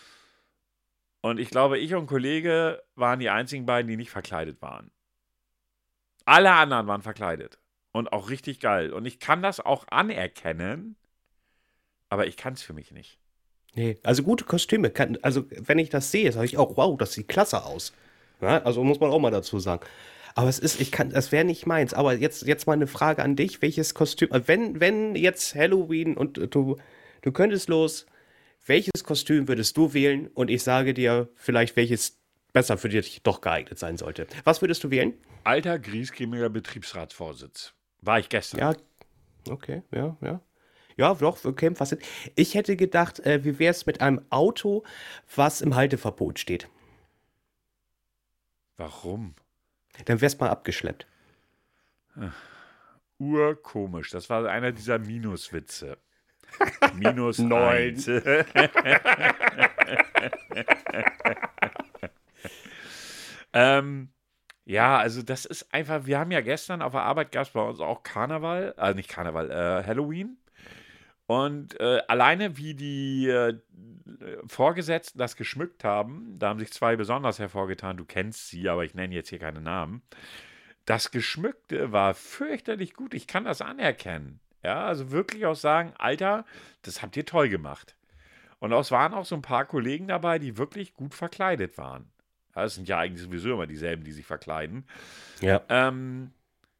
Und ich glaube, ich und ein Kollege waren die einzigen beiden, die nicht verkleidet waren. Alle anderen waren verkleidet. Und auch richtig geil. Und ich kann das auch anerkennen, aber ich kann es für mich nicht. Nee, also gute Kostüme. Kann, also, wenn ich das sehe, sage ich auch, wow, das sieht klasse aus. Ja, also muss man auch mal dazu sagen. Aber es ist, ich kann, das wäre nicht meins. Aber jetzt, jetzt mal eine Frage an dich: Welches Kostüm, äh, wenn, wenn jetzt Halloween und äh, du, du könntest los, welches Kostüm würdest du wählen? Und ich sage dir vielleicht, welches besser für dich doch geeignet sein sollte. Was würdest du wählen? Alter, griesgrämiger Betriebsratsvorsitz. War ich gestern. Ja, okay, ja, ja. Ja, doch, okay, was denn? Ich hätte gedacht, äh, wie wäre es mit einem Auto, was im Halteverbot steht? Warum? Dann wär's mal abgeschleppt. Urkomisch. Das war einer dieser Minuswitze. Minus Neun. eins. ähm, ja, also das ist einfach, wir haben ja gestern auf der Arbeit, gab es bei uns auch Karneval, also nicht Karneval, äh, Halloween. Und äh, alleine wie die äh, Vorgesetzten das geschmückt haben, da haben sich zwei besonders hervorgetan, du kennst sie, aber ich nenne jetzt hier keine Namen. Das Geschmückte war fürchterlich gut, ich kann das anerkennen. Ja, also wirklich auch sagen, Alter, das habt ihr toll gemacht. Und es waren auch so ein paar Kollegen dabei, die wirklich gut verkleidet waren. Ja, es sind ja eigentlich sowieso immer dieselben, die sich verkleiden. Ja. Ähm,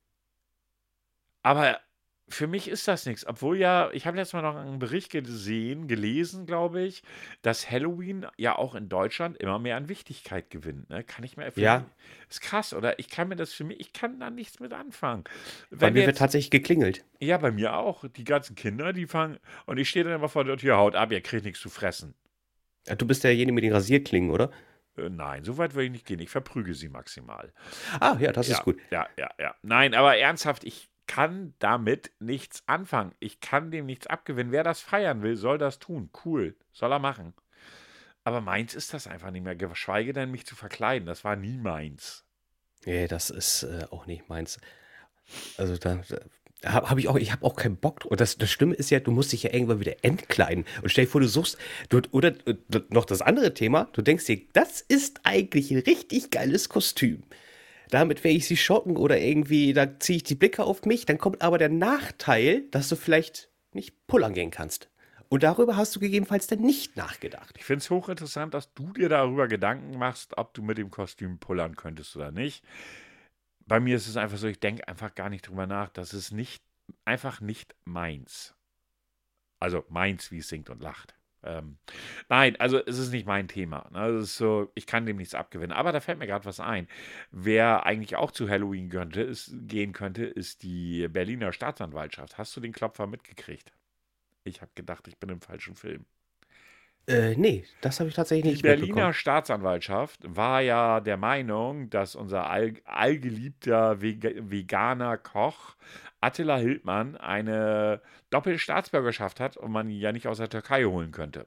aber für mich ist das nichts. Obwohl ja, ich habe letztes Mal noch einen Bericht gesehen, gelesen, glaube ich, dass Halloween ja auch in Deutschland immer mehr an Wichtigkeit gewinnt. Ne? Kann ich mir für mich, Ja, ist krass, oder? Ich kann mir das für mich, ich kann da nichts mit anfangen. bei Wenn wir mir wird jetzt, tatsächlich geklingelt. ja, bei mir auch, die ganzen Kinder, die fangen, und ich stehe dann immer vor der Tür, haut ab, ihr kriegt nichts zu fressen. Ja, du bist derjenige mit den Rasierklingen, oder? Äh, nein, so weit will ich nicht gehen. Ich verprüge sie maximal. Ah, ja, das ist Ja, gut. ja, ja, ja. Nein, aber ernsthaft, ich kann damit nichts anfangen. Ich kann dem nichts abgewinnen. Wer das feiern will, soll das tun. Cool, soll er machen. Aber meins ist das einfach nicht mehr. Geschweige denn, mich zu verkleiden. Das war nie meins. Nee, das ist äh, auch nicht meins. Also da, da habe hab ich auch, ich habe auch keinen Bock drauf. Und das, das Schlimme ist ja, du musst dich ja irgendwann wieder entkleiden. Und stell dir vor, du suchst, du, oder äh, noch das andere Thema, du denkst dir, das ist eigentlich ein richtig geiles Kostüm. Damit werde ich sie schocken oder irgendwie, da ziehe ich die Blicke auf mich. Dann kommt aber der Nachteil, dass du vielleicht nicht pullern gehen kannst. Und darüber hast du gegebenenfalls dann nicht nachgedacht. Ich finde es hochinteressant, dass du dir darüber Gedanken machst, ob du mit dem Kostüm pullern könntest oder nicht. Bei mir ist es einfach so, ich denke einfach gar nicht drüber nach. Das ist nicht, einfach nicht meins. Also meins, wie es singt und lacht. Ähm, nein, also es ist nicht mein Thema. Ne? Es ist so, ich kann dem nichts abgewinnen. Aber da fällt mir gerade was ein. Wer eigentlich auch zu Halloween könnte, ist, gehen könnte, ist die Berliner Staatsanwaltschaft. Hast du den Klopfer mitgekriegt? Ich habe gedacht, ich bin im falschen Film. Äh, nee, das habe ich tatsächlich Die nicht mitbekommen. Berliner Staatsanwaltschaft war ja der Meinung, dass unser all, allgeliebter Vega, veganer Koch Attila Hildmann eine doppelte Staatsbürgerschaft hat und man ihn ja nicht aus der Türkei holen könnte.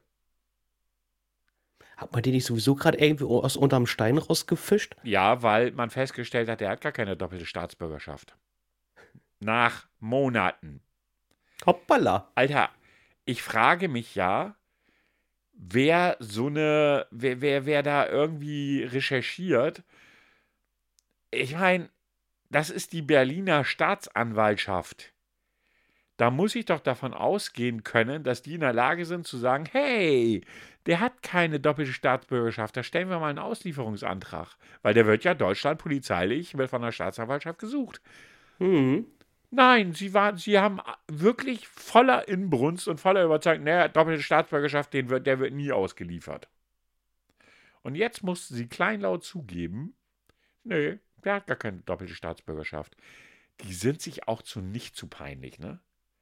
Hat man den nicht sowieso gerade irgendwie aus unterm Stein rausgefischt? Ja, weil man festgestellt hat, der hat gar keine doppelte Staatsbürgerschaft. Nach Monaten. Hoppala. Alter, ich frage mich ja, wer so eine, wer, wer, wer da irgendwie recherchiert. Ich meine, das ist die Berliner Staatsanwaltschaft. Da muss ich doch davon ausgehen können, dass die in der Lage sind zu sagen, hey, der hat keine doppelte Staatsbürgerschaft, da stellen wir mal einen Auslieferungsantrag. Weil der wird ja Deutschland polizeilich, wird von der Staatsanwaltschaft gesucht. Hm. Nein, sie, waren, sie haben wirklich voller Inbrunst und voller Überzeugung, naja, doppelte Staatsbürgerschaft, den wird, der wird nie ausgeliefert. Und jetzt mussten sie kleinlaut zugeben, nee, der hat gar keine doppelte Staatsbürgerschaft. Die sind sich auch zu nicht zu peinlich, ne?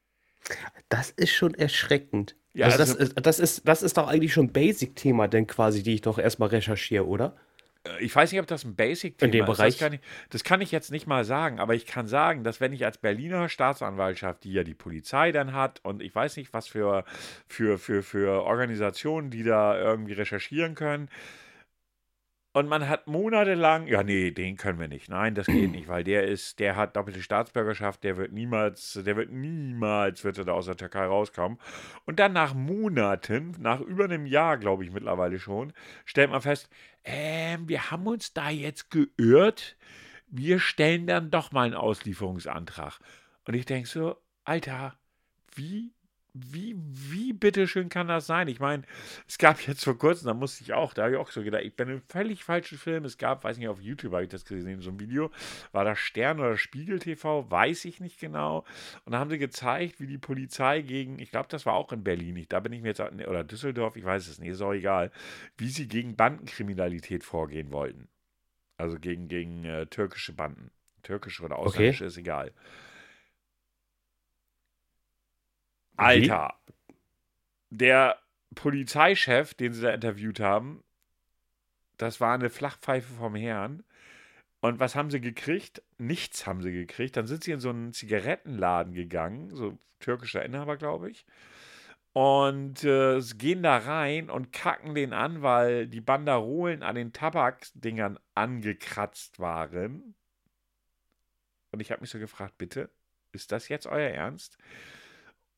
Das ist schon erschreckend. Ja, Also das also ist, das ist, das ist doch eigentlich schon Basic-Thema, denn quasi, die ich doch erstmal recherchiere, oder? äh, ich weiß nicht, ob das ein In dem Basic-Thema ist. Das Bereich. kann, ich, das kann ich jetzt nicht mal sagen, aber ich kann sagen, dass wenn ich als Berliner Staatsanwaltschaft, die ja die Polizei dann hat und ich weiß nicht, was für, für, für, für Organisationen, die da irgendwie recherchieren können, und man hat monatelang, ja, nee, den können wir nicht. Nein, das geht nicht, weil der ist, der hat doppelte Staatsbürgerschaft, der wird niemals, der wird niemals, wird er da aus der Türkei rauskommen. Und dann nach Monaten, nach über einem Jahr, glaube ich mittlerweile schon, stellt man fest, ähm, wir haben uns da jetzt geirrt, wir stellen dann doch mal einen Auslieferungsantrag. Und ich denke so, Alter, wie wie, wie bitteschön kann das sein? Ich meine, es gab jetzt vor kurzem, da musste ich auch, da habe ich auch so gedacht, ich bin im völlig falschen Film. Es gab, weiß nicht, auf YouTube habe ich das gesehen, so ein Video, war das Stern oder Spiegel T V, weiß ich nicht genau. Und da haben sie gezeigt, wie die Polizei gegen, ich glaube, das war auch in Berlin, ich, da bin ich mir jetzt, oder Düsseldorf, ich weiß es nicht, ist auch egal, wie sie gegen Bandenkriminalität vorgehen wollten. Also gegen, gegen äh, türkische Banden. Türkische oder Okay. ausländische, ist egal. Wie? Alter, der Polizeichef, den sie da interviewt haben, das war eine Flachpfeife vom Herrn. Und was haben sie gekriegt? Nichts haben sie gekriegt. Dann sind sie in so einen Zigarettenladen gegangen, so türkischer Inhaber, glaube ich. Und äh, gehen da rein und kacken den an, weil die Banderolen an den Tabakdingern angekratzt waren. Und ich habe mich so gefragt, bitte, ist das jetzt euer Ernst?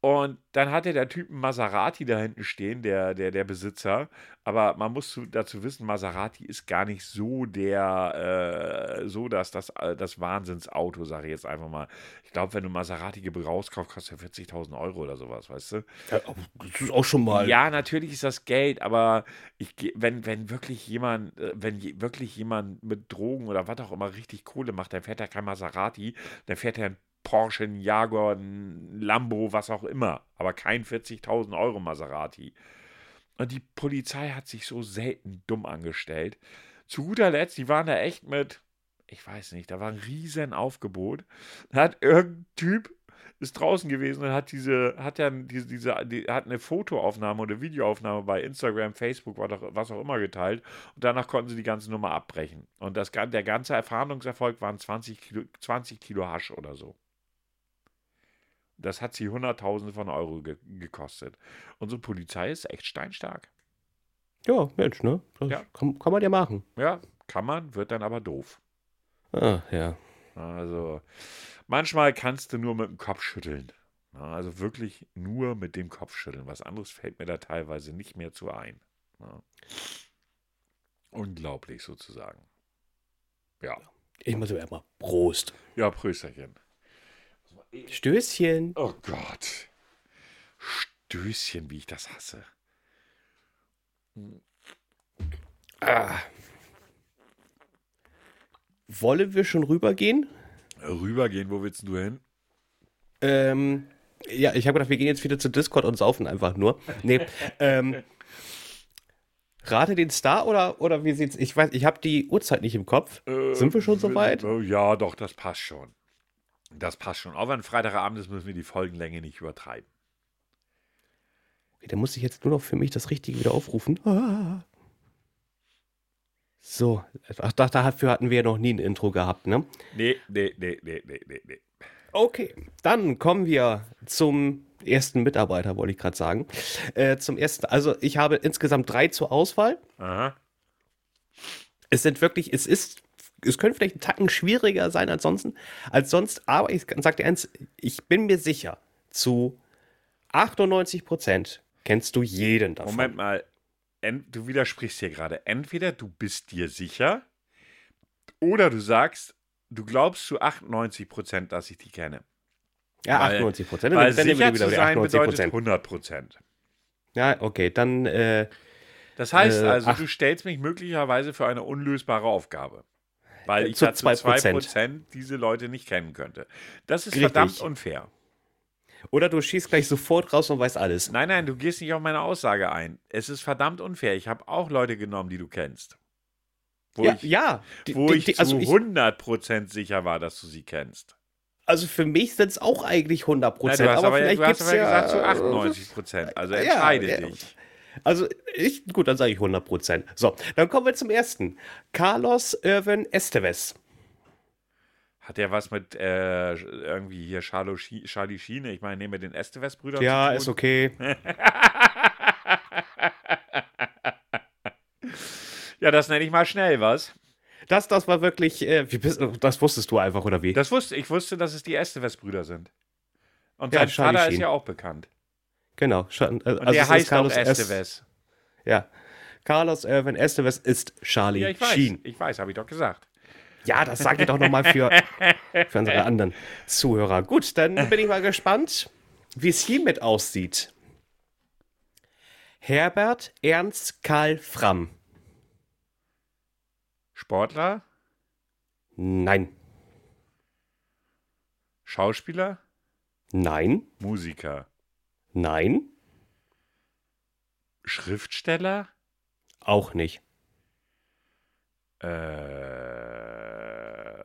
Und dann hatte der Typ einen Maserati da hinten stehen, der, der, der Besitzer. Aber man muss zu, dazu wissen, Maserati ist gar nicht so der, äh, so dass das, äh, das Wahnsinnsauto, sage ich jetzt einfach mal. Ich glaube, wenn du Maserati gebrauchst kaufst, kostet ja vierzigtausend Euro oder sowas, weißt du? Ja, das ist auch schon mal. Ja, natürlich ist das Geld, aber ich, geh- wenn, wenn wirklich jemand, äh, wenn je, wirklich jemand mit Drogen oder was auch immer richtig Kohle macht, dann fährt er kein Maserati, dann fährt er ein Porsche, ein Jaguar, ein Lambo, was auch immer, aber kein vierzigtausend Euro Maserati. Und die Polizei hat sich so selten dumm angestellt. Zu guter Letzt, die waren da echt mit, ich weiß nicht, da war ein riesen Aufgebot. Da hat irgendein Typ, ist draußen gewesen und hat diese, hat dann diese, diese, die, hat eine Fotoaufnahme oder Videoaufnahme bei Instagram, Facebook, was auch, was auch immer geteilt. Und danach konnten sie die ganze Nummer abbrechen. Und das, der ganze Fahndungserfolg waren zwanzig Kilo, zwanzig Kilo Hasch oder so. Das hat sie Hunderttausende von Euro ge gekostet. Unsere Polizei ist echt steinstark. Ja, Mensch, ne? Das Ja. kann, kann man ja machen. Ja, kann man, wird dann aber doof. Ah, ja. Also, manchmal kannst du nur mit dem Kopf schütteln. Ja, also wirklich nur mit dem Kopf schütteln. Was anderes fällt mir da teilweise nicht mehr zu ein. Ja. Unglaublich sozusagen. Ja. Ich muss aber erstmal Prost. Ja, Prösterchen. Stößchen. Oh Gott. Stößchen, wie ich das hasse. Ah. Wollen wir schon rübergehen? Rübergehen, wo willst du hin? Ähm, ja, ich habe gedacht, wir gehen jetzt wieder zu Discord und saufen einfach nur. Nee, ähm, rate den Star oder, oder wie sieht's? Ich weiß, ich habe die Uhrzeit nicht im Kopf. Äh, Sind wir schon soweit? Oh, ja, doch, das passt schon. Das passt schon. Auch wenn Freitagabend ist, müssen wir die Folgenlänge nicht übertreiben. Okay, dann muss ich jetzt nur noch für mich das Richtige wieder aufrufen. Ah. So, ach, dafür hatten wir ja noch nie ein Intro gehabt, ne? Nee, nee, nee, nee, nee, nee, nee. Okay, dann kommen wir zum ersten Mitarbeiter, wollte ich gerade sagen. Äh, zum ersten, also ich habe insgesamt drei zur Auswahl. Aha. Es sind wirklich, es ist, es könnte vielleicht ein Tacken schwieriger sein als sonst, als sonst, aber ich sag dir eins, ich bin mir sicher, zu achtundneunzig Prozent kennst du jeden davon. Moment mal, Ent, du widersprichst hier gerade. Entweder du bist dir sicher oder du sagst, du glaubst zu achtundneunzig Prozent, dass ich die kenne. Ja, weil, achtundneunzig Prozent. Weil dann nehmen wir sicher wieder zu die sein achtundneunzig bedeutet Prozent. hundert Prozent. Ja, okay, dann, äh, Das heißt Äh, also, ach. du stellst mich möglicherweise für eine unlösbare Aufgabe. Weil Äh, ich zu ja zu zwei zwei Prozent. Prozent diese Leute nicht kennen könnte. Das ist Richtig. verdammt unfair. oder du schießt gleich sofort raus und weißt alles. Nein, nein, du gehst nicht auf meine Aussage ein. Es ist verdammt unfair. Ich habe auch Leute genommen, die du kennst. Wo Ja, ich, ja. Die, wo die, ich die, zu also, ich, hundert Prozent sicher war, dass du sie kennst. also für mich sind es auch eigentlich hundert Nein, Prozent. du hast aber, vielleicht du hast gibt's aber ja, gesagt zu achtundneunzig Prozent. Also entscheide ja, ja. dich. Also, ich, gut, dann sage ich hundert Prozent. So, dann kommen wir zum ersten. Carlos Irvin Esteves. Hat der was mit äh, irgendwie hier Charlo Schi- Charlie Schiene? Ich meine, nehmen wir den Esteves-Brüdern Ja, zu ist tun? okay. Ja, das nenne ich mal schnell, was? Das, das war wirklich, äh, wie bist, das wusstest du einfach, oder wie? Das wusste ich. wusste, dass es die Esteves-Brüder sind. Und Ja, sein Charlie Vater ist Sheen. ja auch bekannt. Genau. Schon, äh, Und also der es ist heißt auch Carlos Es- Esteves. Ja. Carlos Irvin Esteves ist Charlie Ja, ich weiß. Sheen. Ich weiß, habe ich doch gesagt. Ja, das sage ich doch nochmal für, für unsere anderen Zuhörer. Gut, dann bin ich mal gespannt, wie es hiermit aussieht. Herbert Ernst Karl Framm. Sportler? Nein. Schauspieler? Nein. Musiker? Nein. Schriftsteller? Auch nicht. Äh.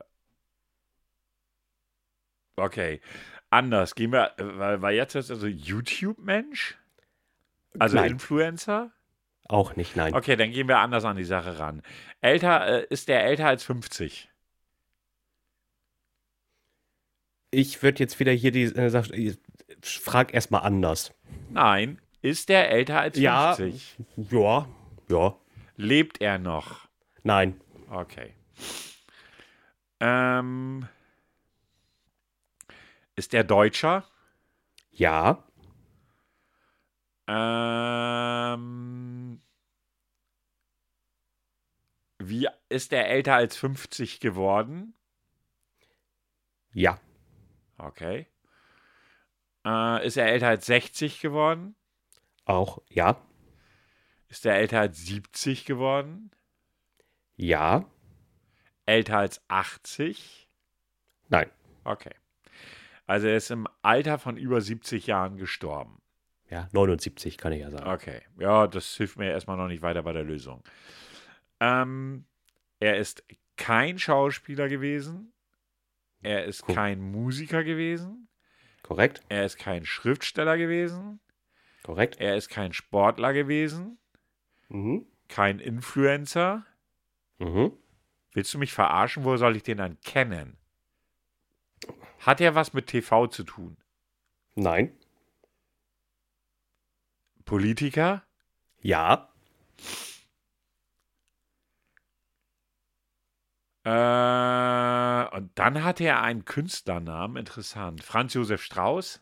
Okay. Anders. Gehen wir, weil, weil jetzt ist also YouTube-Mensch? Also Nein. Influencer? Auch nicht, nein. Okay, dann gehen wir anders an die Sache ran. Älter, äh, ist der älter als fünfzig? Ich würde jetzt wieder hier die äh, Sache- ich frag erstmal anders. Nein. Ist der älter als Ja. fünfzig? Ja, ja, Lebt er noch? nein. Okay. Ähm. Ist der Deutscher? Ja, Ähm, wie ist er älter als fünfzig geworden? Ja. Okay. Äh, ist er älter als sechzig geworden? Auch ja. Ist er älter als siebzig geworden? Ja. Älter als achtzig? Nein. Okay. Also er ist im Alter von über siebzig Jahren gestorben. Ja, neunundsiebzig kann ich ja sagen. Okay. Ja, das hilft mir erstmal noch nicht weiter bei der Lösung. Ähm, er ist kein Schauspieler gewesen. Er ist Cool. kein Musiker gewesen. Korrekt? Er ist kein Schriftsteller gewesen. Korrekt? Er ist kein Sportler gewesen. Mhm. Kein Influencer. Mhm. Willst du mich verarschen? Wo soll ich den dann kennen? Hat er was mit T V zu tun? Nein. Politiker? Ja. Äh, und dann hatte er einen Künstlernamen. Interessant. Franz Josef Strauß?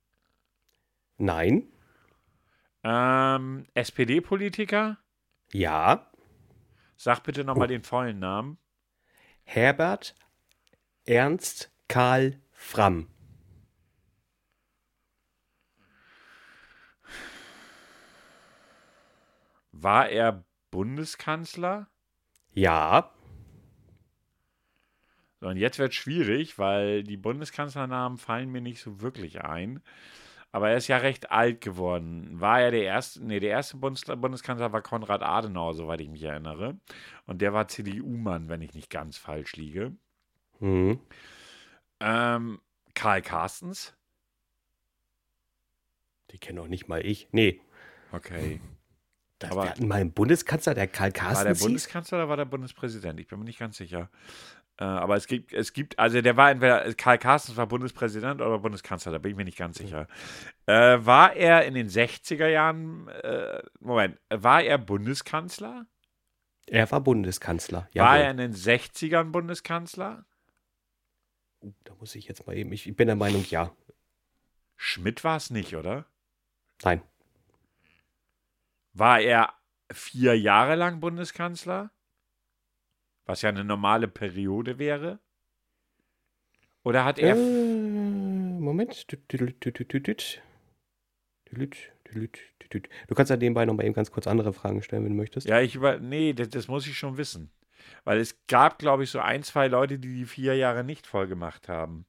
Nein. Ähm, S P D-Politiker? Ja. Sag bitte nochmal Oh. den vollen Namen. Herbert Ernst Karl Framm. War er Bundeskanzler? Ja. So, und jetzt wird es schwierig, weil die Bundeskanzlernamen fallen mir nicht so wirklich ein. Aber er ist ja recht alt geworden. War er der erste? Nee, der erste Bundes Bundeskanzler war Konrad Adenauer, soweit ich mich erinnere. Und der war C D U-Mann, wenn ich nicht ganz falsch liege. Mhm. Ähm, Karl Carstens? Die kenne auch nicht mal ich. Nee. Okay. Das, Aber- wir hatten mal einen Bundeskanzler, der Karl War der Carstens hieß? Bundeskanzler oder war der Bundespräsident? Ich bin mir nicht ganz sicher. Äh, aber es gibt, es gibt, also der war entweder, Karl Carstens war Bundespräsident oder Bundeskanzler, da bin ich mir nicht ganz sicher. Äh, war er in den sechziger Jahren, äh, Moment, war er Bundeskanzler? Er war Bundeskanzler. War Jawohl. er in den sechzigern Bundeskanzler? Uh, da muss ich jetzt mal eben. Ich, ich bin der Meinung, ja. Schmidt war es nicht, oder? Nein. War er vier Jahre lang Bundeskanzler? Was ja eine normale Periode wäre? Oder hat er. Äh, Moment. Tüt, tüt, tüt, tüt, tüt, tüt. Tüt, tüt, tüt, tüt. Du kannst ja nebenbei noch mal eben ganz kurz andere Fragen stellen, wenn du möchtest. Ja, ich über. Nee, das, das muss ich schon wissen. Weil es gab, glaube ich, so ein, zwei Leute, die die vier Jahre nicht voll gemacht haben.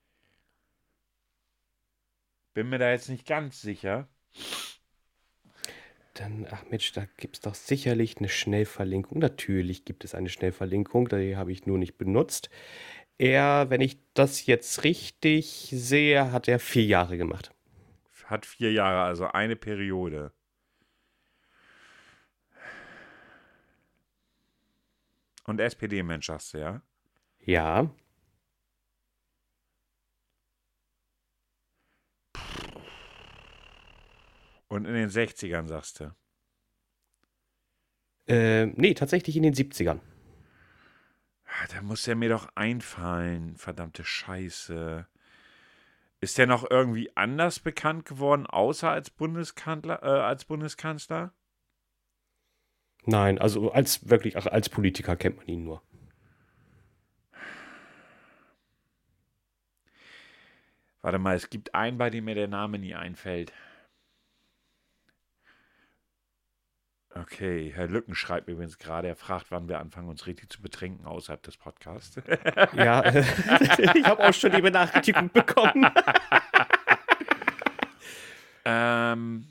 Bin mir da jetzt nicht ganz sicher. Dann, ach Mensch, da gibt es doch sicherlich eine Schnellverlinkung. Natürlich gibt es eine Schnellverlinkung, die habe ich nur nicht benutzt. Er, wenn ich das jetzt richtig sehe, hat er vier Jahre gemacht. Hat vier Jahre, also eine Periode. Und S P D-Mensch sagst du, ja? Ja. Und in den sechzigern sagst du. Äh, nee, tatsächlich in den siebzigern. Ah, da muss der mir doch einfallen. Verdammte Scheiße. Ist der noch irgendwie anders bekannt geworden, außer als Bundeskanzler? Äh, als Bundeskanzler? Nein, also als wirklich, ach, als Politiker kennt man ihn nur. Warte mal, es gibt einen, bei dem mir der Name nie einfällt. Okay, Herr Lücken schreibt mir übrigens gerade, er fragt, wann wir anfangen, uns richtig zu betrinken außerhalb des Podcasts. Ja, äh, ich habe auch schon die Benachrichtigung bekommen. ähm,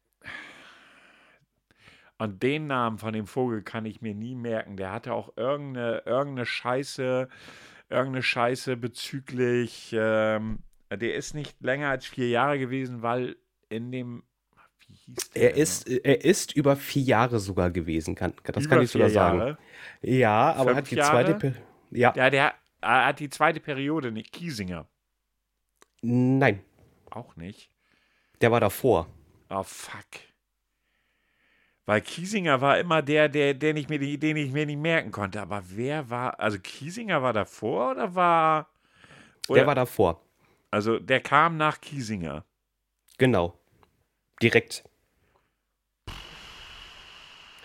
und den Namen von dem Vogel kann ich mir nie merken. Der hatte auch irgendeine, irgendeine Scheiße, irgendeine Scheiße bezüglich, ähm, der ist nicht länger als vier Jahre gewesen, weil in dem, wie hieß der Er denn ist, er ist über vier Jahre sogar gewesen, kann, das noch? kann Über ich sogar vier sagen. Jahre. Ja, aber Fünf hat die Jahre? zweite. Per ja, Ja, der er hat die zweite Periode nicht. Kiesinger. nein, Auch nicht. der war davor. Oh, fuck. Weil Kiesinger war immer der, der, der nicht mehr, den ich mir nicht merken konnte. Aber wer war, also Kiesinger war davor oder war. Oder, Der war davor. also der kam nach Kiesinger. Genau. Direkt.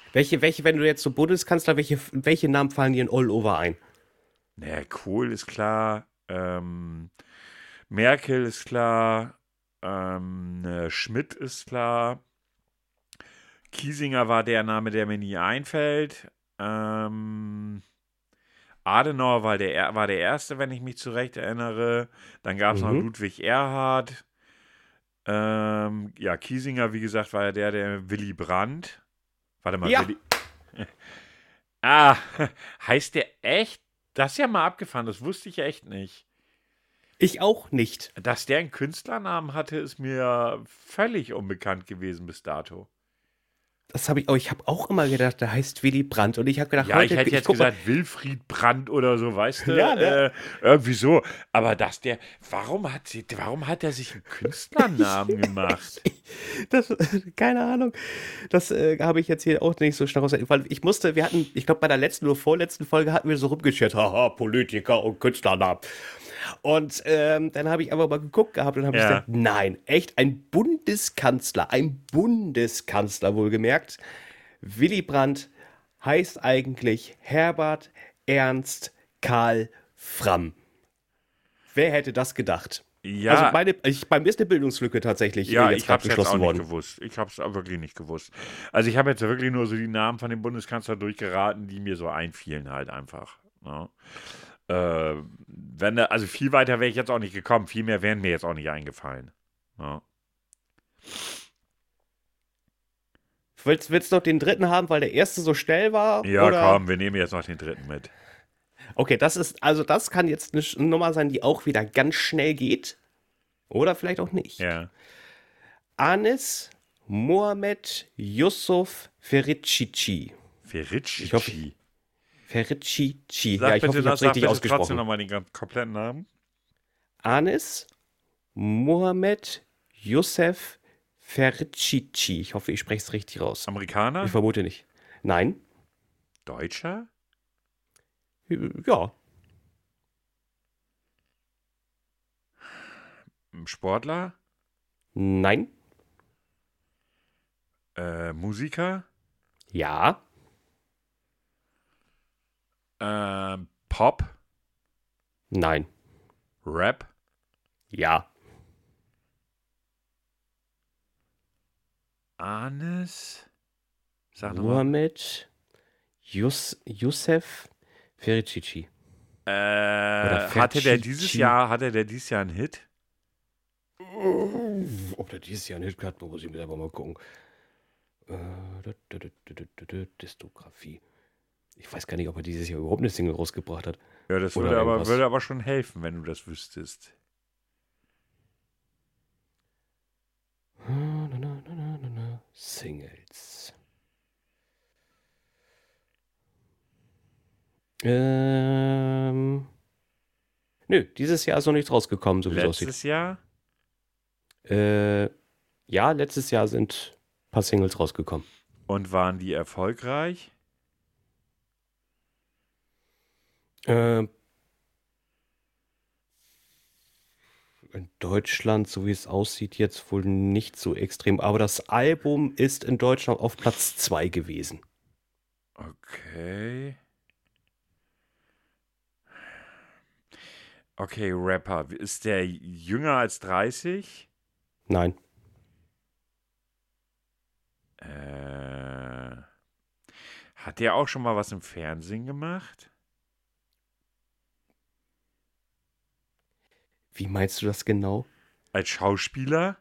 Welche, welche, wenn du jetzt so Bundeskanzler, welche, welche Namen fallen dir in all over ein? Naja, Kohl ist klar, ähm, Merkel ist klar, ähm, äh, Schmidt ist klar, Kiesinger war der Name, der mir nie einfällt, ähm, Adenauer war der, war der Erste, wenn ich mich zurecht erinnere, dann gab es noch Mhm. Ludwig Erhard, ähm, ja, Kiesinger, wie gesagt, war ja der, der Willy Brandt, warte mal, Ja, Willy, ah, heißt der echt? Das ist ja mal abgefahren, das wusste ich echt nicht. ich auch nicht. Dass der einen Künstlernamen hatte, ist mir völlig unbekannt gewesen bis dato. Das habe ich auch. Ich habe auch immer gedacht, der heißt Willy Brandt. Und ich habe gedacht, Ja, ich heute, hätte ich jetzt guck mal. gesagt Wilfried Brandt oder so, weißt du? Ja, ne? Äh, irgendwie so. Aber dass der, warum hat, sie, warum hat er sich einen Künstlernamen gemacht? Das, keine Ahnung. Das äh, habe ich jetzt hier auch nicht so schnell raus. Weil ich musste, wir hatten, ich glaube, bei der letzten oder vorletzten Folge hatten wir so rumgeschert, haha, Politiker und Künstlernamen. Und ähm, dann habe ich aber mal geguckt gehabt und habe Ja. gesagt, nein, echt ein Bundeskanzler, ein Bundeskanzler wohlgemerkt. Willy Brandt heißt eigentlich Herbert Ernst Karl Framm. Wer hätte das gedacht? Ja, Also meine, ich, bei mir ist eine Bildungslücke tatsächlich ja, äh, jetzt ich habe gerade es jetzt auch geschlossen nicht worden. gewusst. Ich habe es wirklich nicht gewusst. Also ich habe jetzt wirklich nur so die Namen von dem Bundeskanzler durchgeraten, die mir so einfielen halt einfach. Ne? Äh, wenn, da- also viel weiter wäre ich jetzt auch nicht gekommen. Viel mehr wären mir jetzt auch nicht eingefallen. Ne? Willst, willst du noch den dritten haben, weil der erste so schnell war? Ja, oder? komm, wir nehmen jetzt noch den dritten mit. Okay, das ist, also das kann jetzt eine Sch- Nummer sein, die auch wieder ganz schnell geht. Oder vielleicht auch nicht. Ja. Anis Mohamed Yusuf Fericici. Ferricci. Ich hoffe, Fericici. Sag Ja, ich bitte, hoffe, ich noch- habe es sag richtig bitte trotzdem ausgesprochen. nochmal den ganz kompletten Namen. Anis Mohamed Yusuf Fericici. Ich hoffe, ich spreche es richtig raus. Amerikaner? Ich vermute nicht. Nein. Deutscher? Ja. Sportler? Nein. Äh, Musiker? Ja. Ähm, Pop? Nein. Rap? Ja. Anis? Sag nochmal. Mohamed Yus Youssef Fericici. Äh, Oder hatte der Ferchichi. dieses Jahr, hatte der dieses Jahr einen Hit? Ob der dieses Jahr nicht hat, muss ich mir selber mal gucken. Äh, dü- dü- dü- dü- dü- dü- dü- Diskografie. Ich weiß gar nicht, ob er dieses Jahr überhaupt eine Single rausgebracht hat. Ja, das Oder würde aber, irgendwas. würde aber schon helfen, wenn du das wüsstest. Na, na, na, na, na, na. Singles. Ähm. Nö, dieses Jahr ist noch nichts rausgekommen, so wie es aussieht. Letztes Jahr? Äh, ja, letztes Jahr sind ein paar Singles rausgekommen. Und waren die erfolgreich? Äh, in Deutschland, so wie es aussieht, jetzt wohl nicht so extrem. Aber das Album ist in Deutschland auf Platz zwei gewesen. Okay. Okay, Rapper. Ist der jünger als dreißig? Nein. Äh, hat der auch schon mal was im Fernsehen gemacht? Wie meinst du das genau? Als Schauspieler?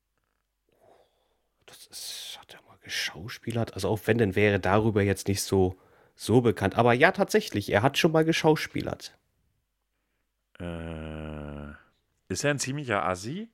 Das ist, hat er mal geschauspielert? Also auch wenn, dann wäre darüber jetzt nicht so, so bekannt. Aber ja, tatsächlich, er hat schon mal geschauspielert. Äh, ist er ein ziemlicher Assi?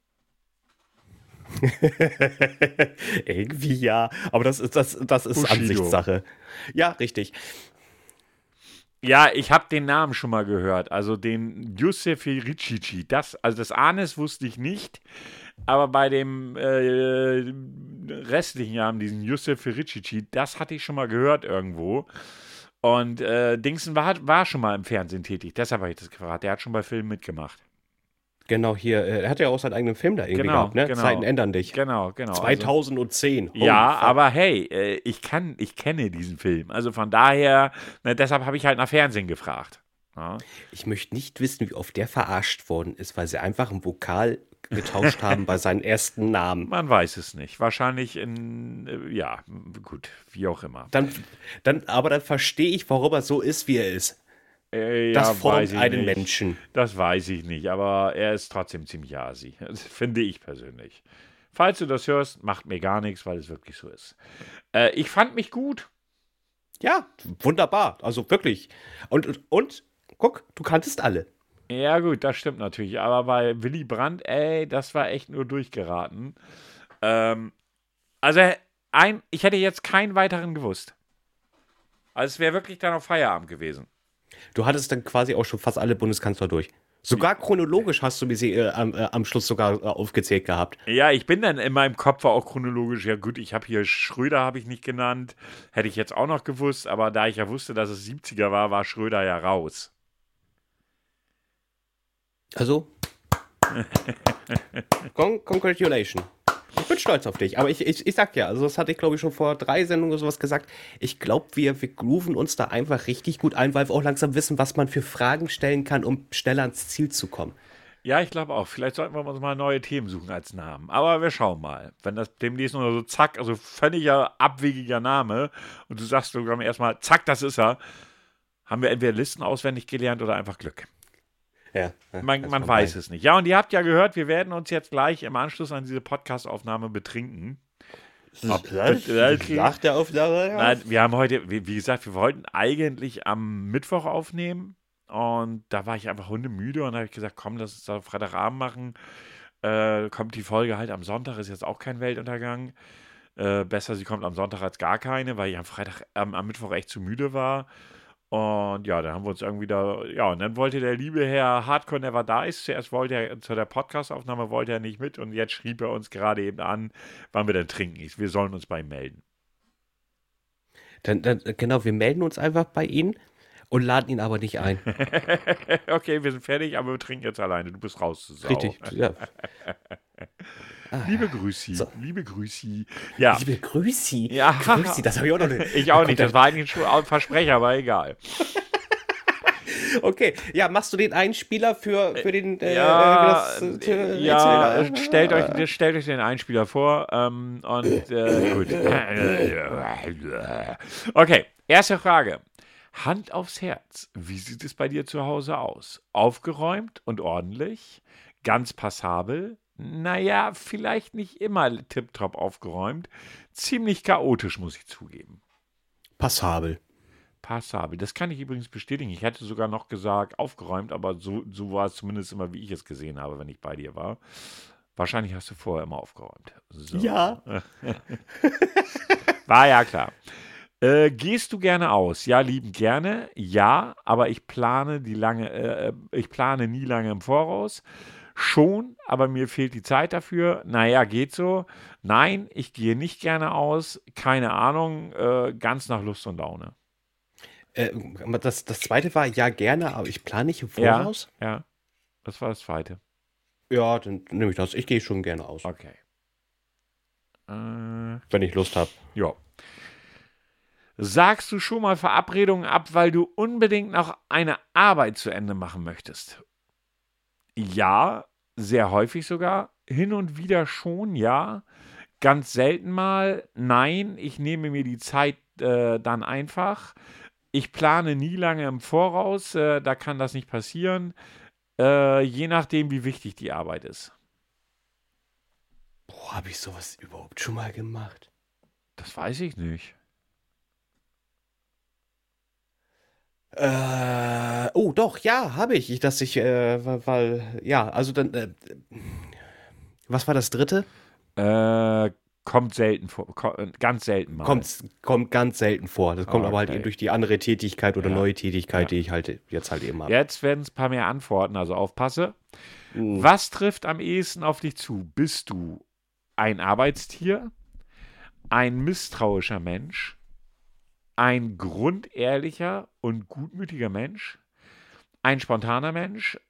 Irgendwie ja, aber das ist, das, das ist Bushido. Ansichtssache. Ja, richtig. Ja, ich habe den Namen schon mal gehört. Also den Youssef Ferricici. Das, also das Anis wusste ich nicht. Aber bei dem äh, restlichen Namen, diesen Youssef Ferricici, das hatte ich schon mal gehört irgendwo. Und äh, Dingsen war, war schon mal im Fernsehen tätig. Deshalb habe ich das gefragt. Der hat schon bei Filmen mitgemacht. Genau, hier, äh, er hat ja auch seinen eigenen Film da irgendwie Genau, gehabt, ne? genau. Zeiten ändern dich. Genau, genau. Also, zweitausendzehn. Holy ja, fuck. aber hey, äh, ich kann, ich kenne diesen Film. Also von daher, ne, deshalb habe ich halt nach Fernsehen gefragt. Ja. Ich möchte nicht wissen, wie oft der verarscht worden ist, weil sie einfach ein Vokal getauscht haben bei seinem ersten Namen. Man weiß es nicht. Wahrscheinlich in, äh, ja, gut, wie auch immer. Dann, dann, aber dann verstehe ich, warum er so ist, wie er ist. Äh, Das ja, weiß formt ich einen nicht. Menschen. Das weiß ich nicht, aber er ist trotzdem ziemlich asi. Das finde ich persönlich. Falls du das hörst, macht mir gar nichts, weil es wirklich so ist. Äh, ich fand mich gut. Ja, wunderbar. Also wirklich. Und, und, und guck, du kanntest alle. Ja, gut, das stimmt natürlich. Aber bei Willy Brandt, ey, das war echt nur durchgeraten. Ähm, also, ein, ich hätte jetzt keinen weiteren gewusst. Also, es wäre wirklich dann auf Feierabend gewesen. Du hattest dann quasi auch schon fast alle Bundeskanzler durch. Sogar chronologisch hast du mir sie äh, am, äh, am Schluss sogar äh, aufgezählt gehabt. Ja, ich bin dann in meinem Kopf auch chronologisch. Ja, gut, ich habe hier Schröder, habe ich nicht genannt. Hätte ich jetzt auch noch gewusst. Aber da ich ja wusste, dass es siebziger war, war Schröder ja raus. Also, con congratulations. Ich bin stolz auf dich. Aber ich, ich, ich sag ja, also das hatte ich glaube ich schon vor drei Sendungen oder sowas gesagt. Ich glaube, wir, wir grooven uns da einfach richtig gut ein, weil wir auch langsam wissen, was man für Fragen stellen kann, um schneller ans Ziel zu kommen. Ja, ich glaube auch. Vielleicht sollten wir uns mal neue Themen suchen als Namen. Aber wir schauen mal. Wenn das demnächst nur so zack, also völliger abwegiger Name und du sagst sogar erstmal, zack, das ist er, haben wir entweder Listen auswendig gelernt oder einfach Glück. Ja, Man, man weiß es nicht. Ja, und ihr habt ja gehört, wir werden uns jetzt gleich im Anschluss an diese Podcast-Aufnahme betrinken. Nach der Aufnahme? Nein, wir haben heute, wie, wie gesagt, wir wollten eigentlich am Mittwoch aufnehmen und da war ich einfach hundemüde und habe ich gesagt, komm, lass uns da Freitagabend machen. Äh, kommt die Folge halt am Sonntag, ist jetzt auch kein Weltuntergang. Äh, besser, sie kommt am Sonntag als gar keine, weil ich am Freitag, ähm, am Mittwoch echt zu müde war. Und ja, dann haben wir uns irgendwie da, ja, und dann wollte der liebe Herr Hardcore Never Dies, zuerst wollte er, zu der Podcast-Aufnahme wollte er nicht mit und jetzt schrieb er uns gerade eben an, wann wir denn trinken. Ich, wir sollen uns bei ihm melden. Dann, dann, genau, wir melden uns einfach bei Ihnen und laden ihn aber nicht ein. Okay, wir sind fertig, aber wir trinken jetzt alleine. Du bist raus, Sau. Richtig, ja. Liebe Grüßi, So. liebe Grüßi. Ja, Liebe Grüßi. Ja. Grüßi, das habe ich auch noch nicht. ich auch Da nicht. kommt Das war eigentlich schon ein Versprecher, aber egal. Okay, ja, machst du den Einspieler für, für den. Äh, Ja, das, äh, ja Erzähler? stellt, euch, stellt euch den Einspieler vor. Ähm, und äh, gut. Okay, erste Frage. Hand aufs Herz. Wie sieht es bei dir zu Hause aus? Aufgeräumt und ordentlich? Ganz passabel? Naja, vielleicht nicht immer tipptopp aufgeräumt. Ziemlich chaotisch, muss ich zugeben. Passabel. Passabel. Das kann ich übrigens bestätigen. Ich hätte sogar noch gesagt, aufgeräumt, aber so, so war es zumindest immer, wie ich es gesehen habe, wenn ich bei dir war. Wahrscheinlich hast du vorher immer aufgeräumt. So. Ja. War ja klar. Äh, gehst du gerne aus? Ja, liebend gerne. Ja, aber ich plane die lange, äh, ich plane nie lange im Voraus. Schon, aber mir fehlt die Zeit dafür. Naja, geht so. Nein, ich gehe nicht gerne aus. Keine Ahnung, äh, ganz nach Lust und Laune. Äh, das, das zweite war ja gerne, aber ich plane nicht im Ja, Voraus. ja, das war das zweite. Ja, dann nehme ich das. Ich gehe schon gerne aus, Okay. Äh, wenn ich Lust habe. ja. Sagst du schon mal Verabredungen ab, weil du unbedingt noch eine Arbeit zu Ende machen möchtest? Ja, sehr häufig sogar. Hin und wieder schon, ja. Ganz selten mal. Nein, ich nehme mir die Zeit äh, dann einfach. Ich plane nie lange im Voraus. Äh, da kann das nicht passieren. Äh, je nachdem, wie wichtig die Arbeit ist. Boah, habe ich sowas überhaupt schon mal gemacht? Das weiß ich nicht. Äh, oh, doch, ja, habe ich. ich. Dass ich, äh, weil, weil, ja, also dann, äh, was war das dritte? Äh, kommt selten vor. Ko ganz selten mal. Kommt, kommt ganz selten vor. Das kommt aber halt Okay. eben durch die andere Tätigkeit oder Ja. neue Tätigkeit, Ja. die ich halt jetzt halt eben habe. Jetzt werden es ein paar mehr Antworten, also aufpasse. Mhm. Was trifft am ehesten auf dich zu? Bist du ein Arbeitstier, ein misstrauischer Mensch, ein grundehrlicher und gutmütiger Mensch, ein spontaner Mensch,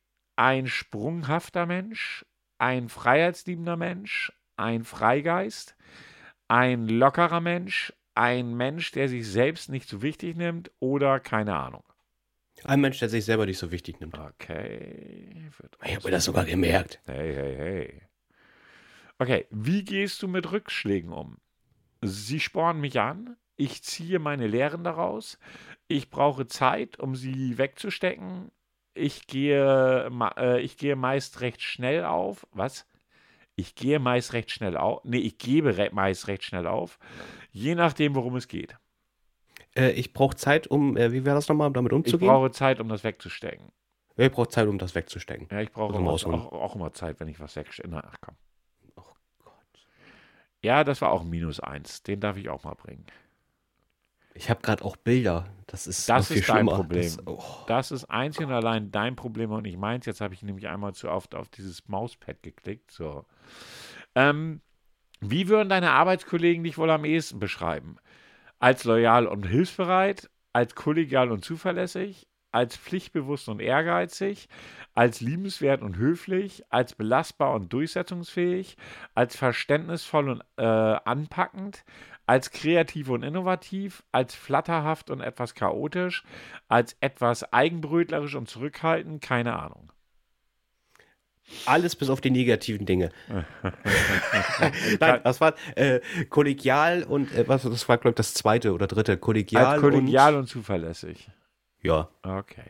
ein sprunghafter Mensch, ein freiheitsliebender Mensch, ein Freigeist, ein lockerer Mensch, ein Mensch, der sich selbst nicht so wichtig nimmt oder keine Ahnung. Ein Mensch, der sich selber nicht so wichtig nimmt. Okay. Wird Ich habe mir das sogar gemerkt. Hey, hey, hey. Okay, wie gehst du mit Rückschlägen um? Sie spornen mich an, ich ziehe meine Lehren daraus, ich brauche Zeit, um sie wegzustecken, ich gehe, ma- äh, ich gehe meist recht schnell auf. Was? Ich gehe meist recht schnell auf. Nee, ich gebe re meist recht schnell auf, je nachdem, worum es geht. Äh, ich brauche Zeit, um, äh, wie wäre das nochmal, um damit Ich umzugehen? brauche Zeit, um das wegzustecken. Ja, ich brauche Zeit, um das wegzustecken. Ja, ich brauche Also mal auch, ausholen. auch, auch immer Zeit, wenn ich was wegstecke. Na, ach komm. Oh Gott. Ja, das war auch ein Minus eins. Den darf ich auch mal bringen. Ich habe gerade auch Bilder. Das ist Das noch viel ist dein schlimmer. Problem. Das, oh. Das ist einzig und allein dein Problem und nicht meins. Jetzt habe ich nämlich einmal zu oft auf dieses Mauspad geklickt. So. Ähm, wie würden deine Arbeitskollegen dich wohl am ehesten beschreiben? Als loyal und hilfsbereit, als kollegial und zuverlässig, als pflichtbewusst und ehrgeizig, als liebenswert und höflich, als belastbar und durchsetzungsfähig, als verständnisvoll und äh, anpackend, als kreativ und innovativ, als flatterhaft und etwas chaotisch, als etwas eigenbrötlerisch und zurückhaltend, keine Ahnung. Alles bis auf die negativen Dinge. Nein, was war äh, kollegial und äh, was das war, glaube ich, das zweite oder dritte. Kollegial, Als kollegial und, und zuverlässig. ja. Okay.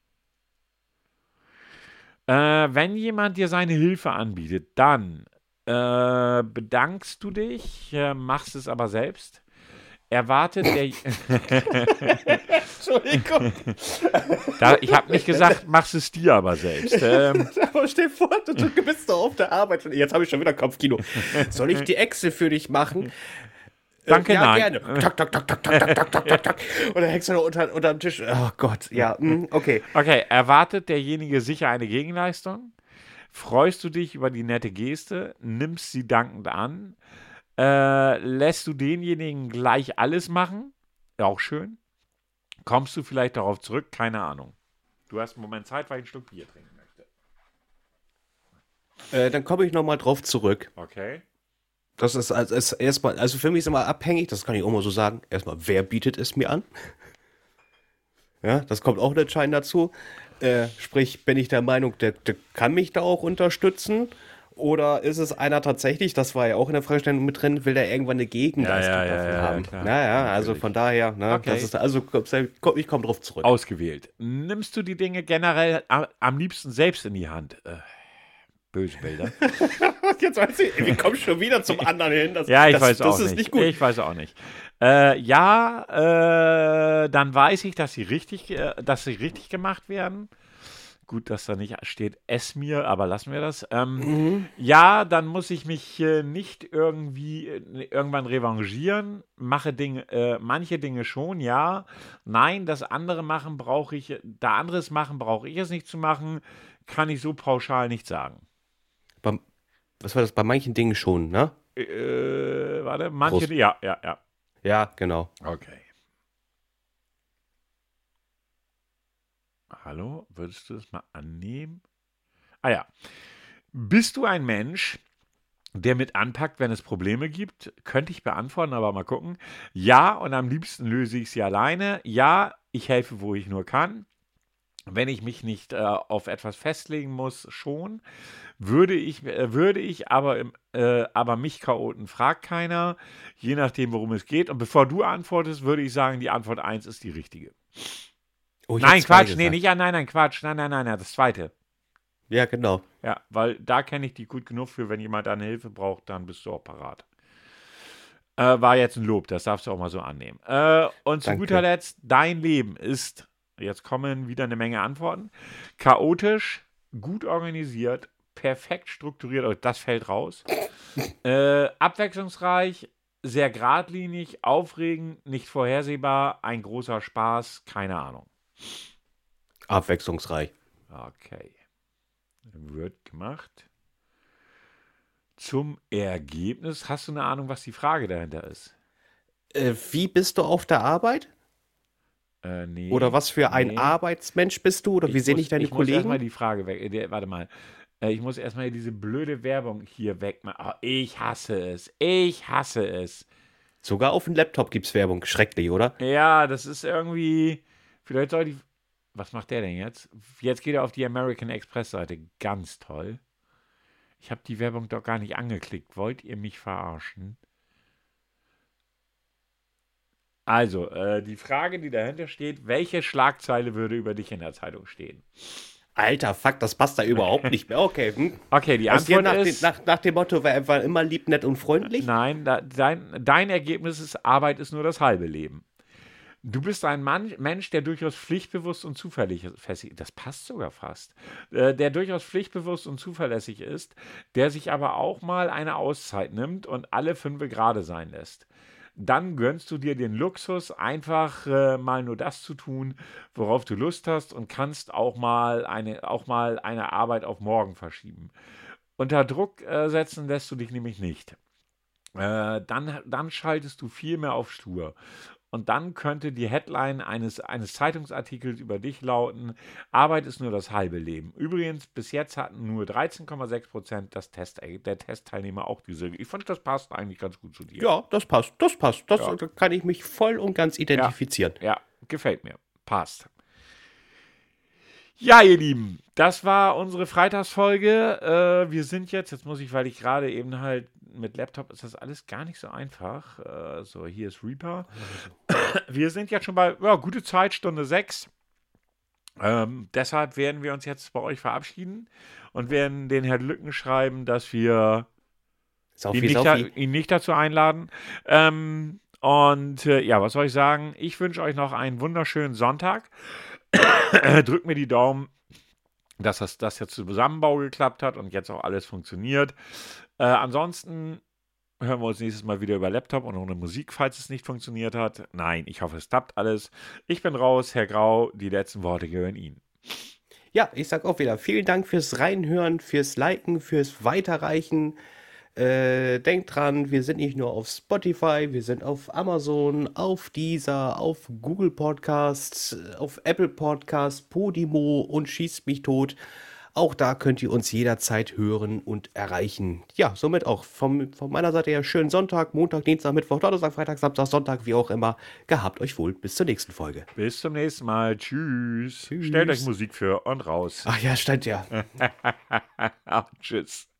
Äh, wenn jemand dir seine Hilfe anbietet, dann äh, bedankst du dich, äh, machst es aber selbst. Erwartet der. Entschuldigung. Da, ich habe nicht gesagt, machst es dir aber selbst. Ähm, Aber stell dir vor, du, du bist doch auf der Arbeit. Jetzt habe ich schon wieder Kopfkino. Soll ich die Excel für dich machen? Danke, äh, ja, nein. gerne. Tak, tak, tak, tak, tak, tak, tak, tak, tak, tak. Und dann hängst du noch unter, unterm Tisch. Oh Gott, ja, mm, okay. Okay, erwartet derjenige sicher eine Gegenleistung? Freust du dich über die nette Geste? Nimmst sie dankend an? Äh, lässt du denjenigen gleich alles machen? Auch schön. Kommst du vielleicht darauf zurück? Keine Ahnung. Du hast einen Moment Zeit, weil ich einen Schluck Bier trinken möchte. Äh, dann komme ich nochmal drauf zurück. Okay. Das ist, also, ist erstmal, also für mich ist immer abhängig, das kann ich auch mal so sagen. Erstmal, wer bietet es mir an? Ja, das kommt auch entscheidend dazu. Äh, sprich, bin ich der Meinung, der, der kann mich da auch unterstützen? Oder ist es einer tatsächlich, das war ja auch in der Fragestellung mit drin, will der irgendwann eine Gegenleistung Ja, ja, ja, davon ja, haben? klar. Naja, also Natürlich. von daher, ne, Okay. das ist, also ich komme drauf zurück. Ausgewählt. Nimmst du die Dinge generell am, am liebsten selbst in die Hand? Äh, böse Bilder. Jetzt weiß ich, wir kommen schon wieder zum anderen hin. Das, Ja, ich das, weiß das auch ist nicht. nicht gut. Ich weiß auch nicht. Äh, ja, äh, dann weiß ich, dass sie richtig, äh, dass sie richtig gemacht werden. Gut, dass da nicht steht, ess mir, aber lassen wir das. Ähm, Mhm. Ja, dann muss ich mich äh, nicht irgendwie äh, irgendwann revanchieren. Mache Dinge, äh, manche Dinge schon, ja. Nein, das andere machen brauche ich, da anderes machen brauche ich es nicht zu machen, kann ich so pauschal nicht sagen. Bei, was war das? Bei manchen Dingen schon, ne? Äh, warte, manche, Prost. ja, ja, ja. Ja, genau. Okay. Hallo, würdest du das mal annehmen? Ah ja. Bist du ein Mensch, der mit anpackt, wenn es Probleme gibt? Könnte ich beantworten, aber mal gucken. Ja, und am liebsten löse ich sie alleine. Ja, ich helfe, wo ich nur kann. Wenn ich mich nicht äh, auf etwas festlegen muss, schon. Würde ich, äh, würde ich aber, im, äh, aber mich Chaoten fragt keiner, je nachdem, worum es geht. Und bevor du antwortest, würde ich sagen, die Antwort eins ist die richtige. Oh, ich Nein, hab zwei Quatsch, nee, gesagt. nicht, ja, nein, nein, Quatsch, nein, nein, nein, nein, das zweite. Ja, genau. Ja, weil da kenne ich die gut genug für, wenn jemand deine Hilfe braucht, dann bist du auch parat. Äh, war jetzt ein Lob, das darfst du auch mal so annehmen. Äh, und zu Danke. guter Letzt, dein Leben ist, jetzt kommen wieder eine Menge Antworten, chaotisch, gut organisiert, perfekt strukturiert, oh, das fällt raus, äh, abwechslungsreich, sehr geradlinig, aufregend, nicht vorhersehbar, ein großer Spaß, keine Ahnung. Abwechslungsreich. Okay. Wird gemacht. Zum Ergebnis. Hast du eine Ahnung, was die Frage dahinter ist? Äh, wie bist du auf der Arbeit? Äh, nee. Oder was für ein nee. Arbeitsmensch bist du? Oder wie Ich sehen muss, dich deine ich muss erstmal Kollegen? die Frage weg. äh, Warte mal. Äh, Ich muss erstmal diese blöde Werbung hier wegmachen. Oh, ich hasse es. Ich hasse es. Sogar auf dem Laptop gibt es Werbung. Schrecklich, oder? Ja, das ist irgendwie. Vielleicht soll die. Was macht der denn jetzt? Jetzt geht er auf die American Express-Seite. Ganz toll. Ich habe die Werbung doch gar nicht angeklickt. Wollt ihr mich verarschen? Also, äh, die Frage, die dahinter steht, welche Schlagzeile würde über dich in der Zeitung stehen? Alter, fuck, das passt da überhaupt nicht mehr. Okay, hm. Okay, die Aus dir Antwort nach, den, ist. nach, nach dem Motto, war war immer lieb, nett und freundlich? Nein, da, dein, dein Ergebnis ist, Arbeit ist nur das halbe Leben. Du bist ein Mann, Mensch, der durchaus pflichtbewusst und zuverlässig ist. Das passt sogar fast. Äh, der durchaus pflichtbewusst und zuverlässig ist, der sich aber auch mal eine Auszeit nimmt und alle fünfe gerade sein lässt. Dann gönnst du dir den Luxus, einfach äh, mal nur das zu tun, worauf du Lust hast und kannst auch mal eine, auch mal eine Arbeit auf morgen verschieben. Unter Druck äh, setzen lässt du dich nämlich nicht. Äh, dann, dann schaltest du viel mehr auf Stur. Und dann könnte die Headline eines, eines Zeitungsartikels über dich lauten: Arbeit ist nur das halbe Leben. Übrigens, bis jetzt hatten nur dreizehn Komma sechs Prozent das Test, der Testteilnehmer auch diese. Ich fand, das passt eigentlich ganz gut zu dir. Ja, das passt, das passt. Das Ja. da kann ich mich voll und ganz identifizieren. Ja, gefällt mir. Passt. Ja, ihr Lieben, das war unsere Freitagsfolge. Äh, wir sind jetzt, jetzt muss ich, weil ich gerade eben halt mit Laptop ist das alles gar nicht so einfach. Äh, so, hier ist Reaper. Wir sind jetzt schon bei, ja, gute Zeit, Stunde sechs. Ähm, deshalb werden wir uns jetzt bei euch verabschieden und werden den Herrn Lücken schreiben, dass wir Saufi, ihn nicht, da, Saufi. ihn nicht dazu einladen. Ähm, und äh, ja, was soll ich sagen? Ich wünsche euch noch einen wunderschönen Sonntag. Drückt mir die Daumen, dass das, das jetzt zum Zusammenbau geklappt hat und jetzt auch alles funktioniert. Äh, ansonsten hören wir uns nächstes Mal wieder über Laptop und ohne Musik, falls es nicht funktioniert hat. Nein, ich hoffe, es klappt alles. Ich bin raus, Herr Grau, die letzten Worte gehören Ihnen. Ja, ich sag auch wieder vielen Dank fürs Reinhören, fürs Liken, fürs Weiterreichen. Äh, denkt dran, wir sind nicht nur auf Spotify, wir sind auf Amazon, auf Deezer, auf Google Podcasts, auf Apple Podcasts, Podimo und Schießt mich tot. Auch da könnt ihr uns jederzeit hören und erreichen. Ja, somit auch vom, von meiner Seite her schönen Sonntag, Montag, Dienstag, Mittwoch, Donnerstag, Freitag, Samstag, Sonntag, wie auch immer. Gehabt euch wohl. Bis zur nächsten Folge. Bis zum nächsten Mal. Tschüss. Tschüss. Stellt euch Musik für und raus. Ach ja, stand ja. Tschüss.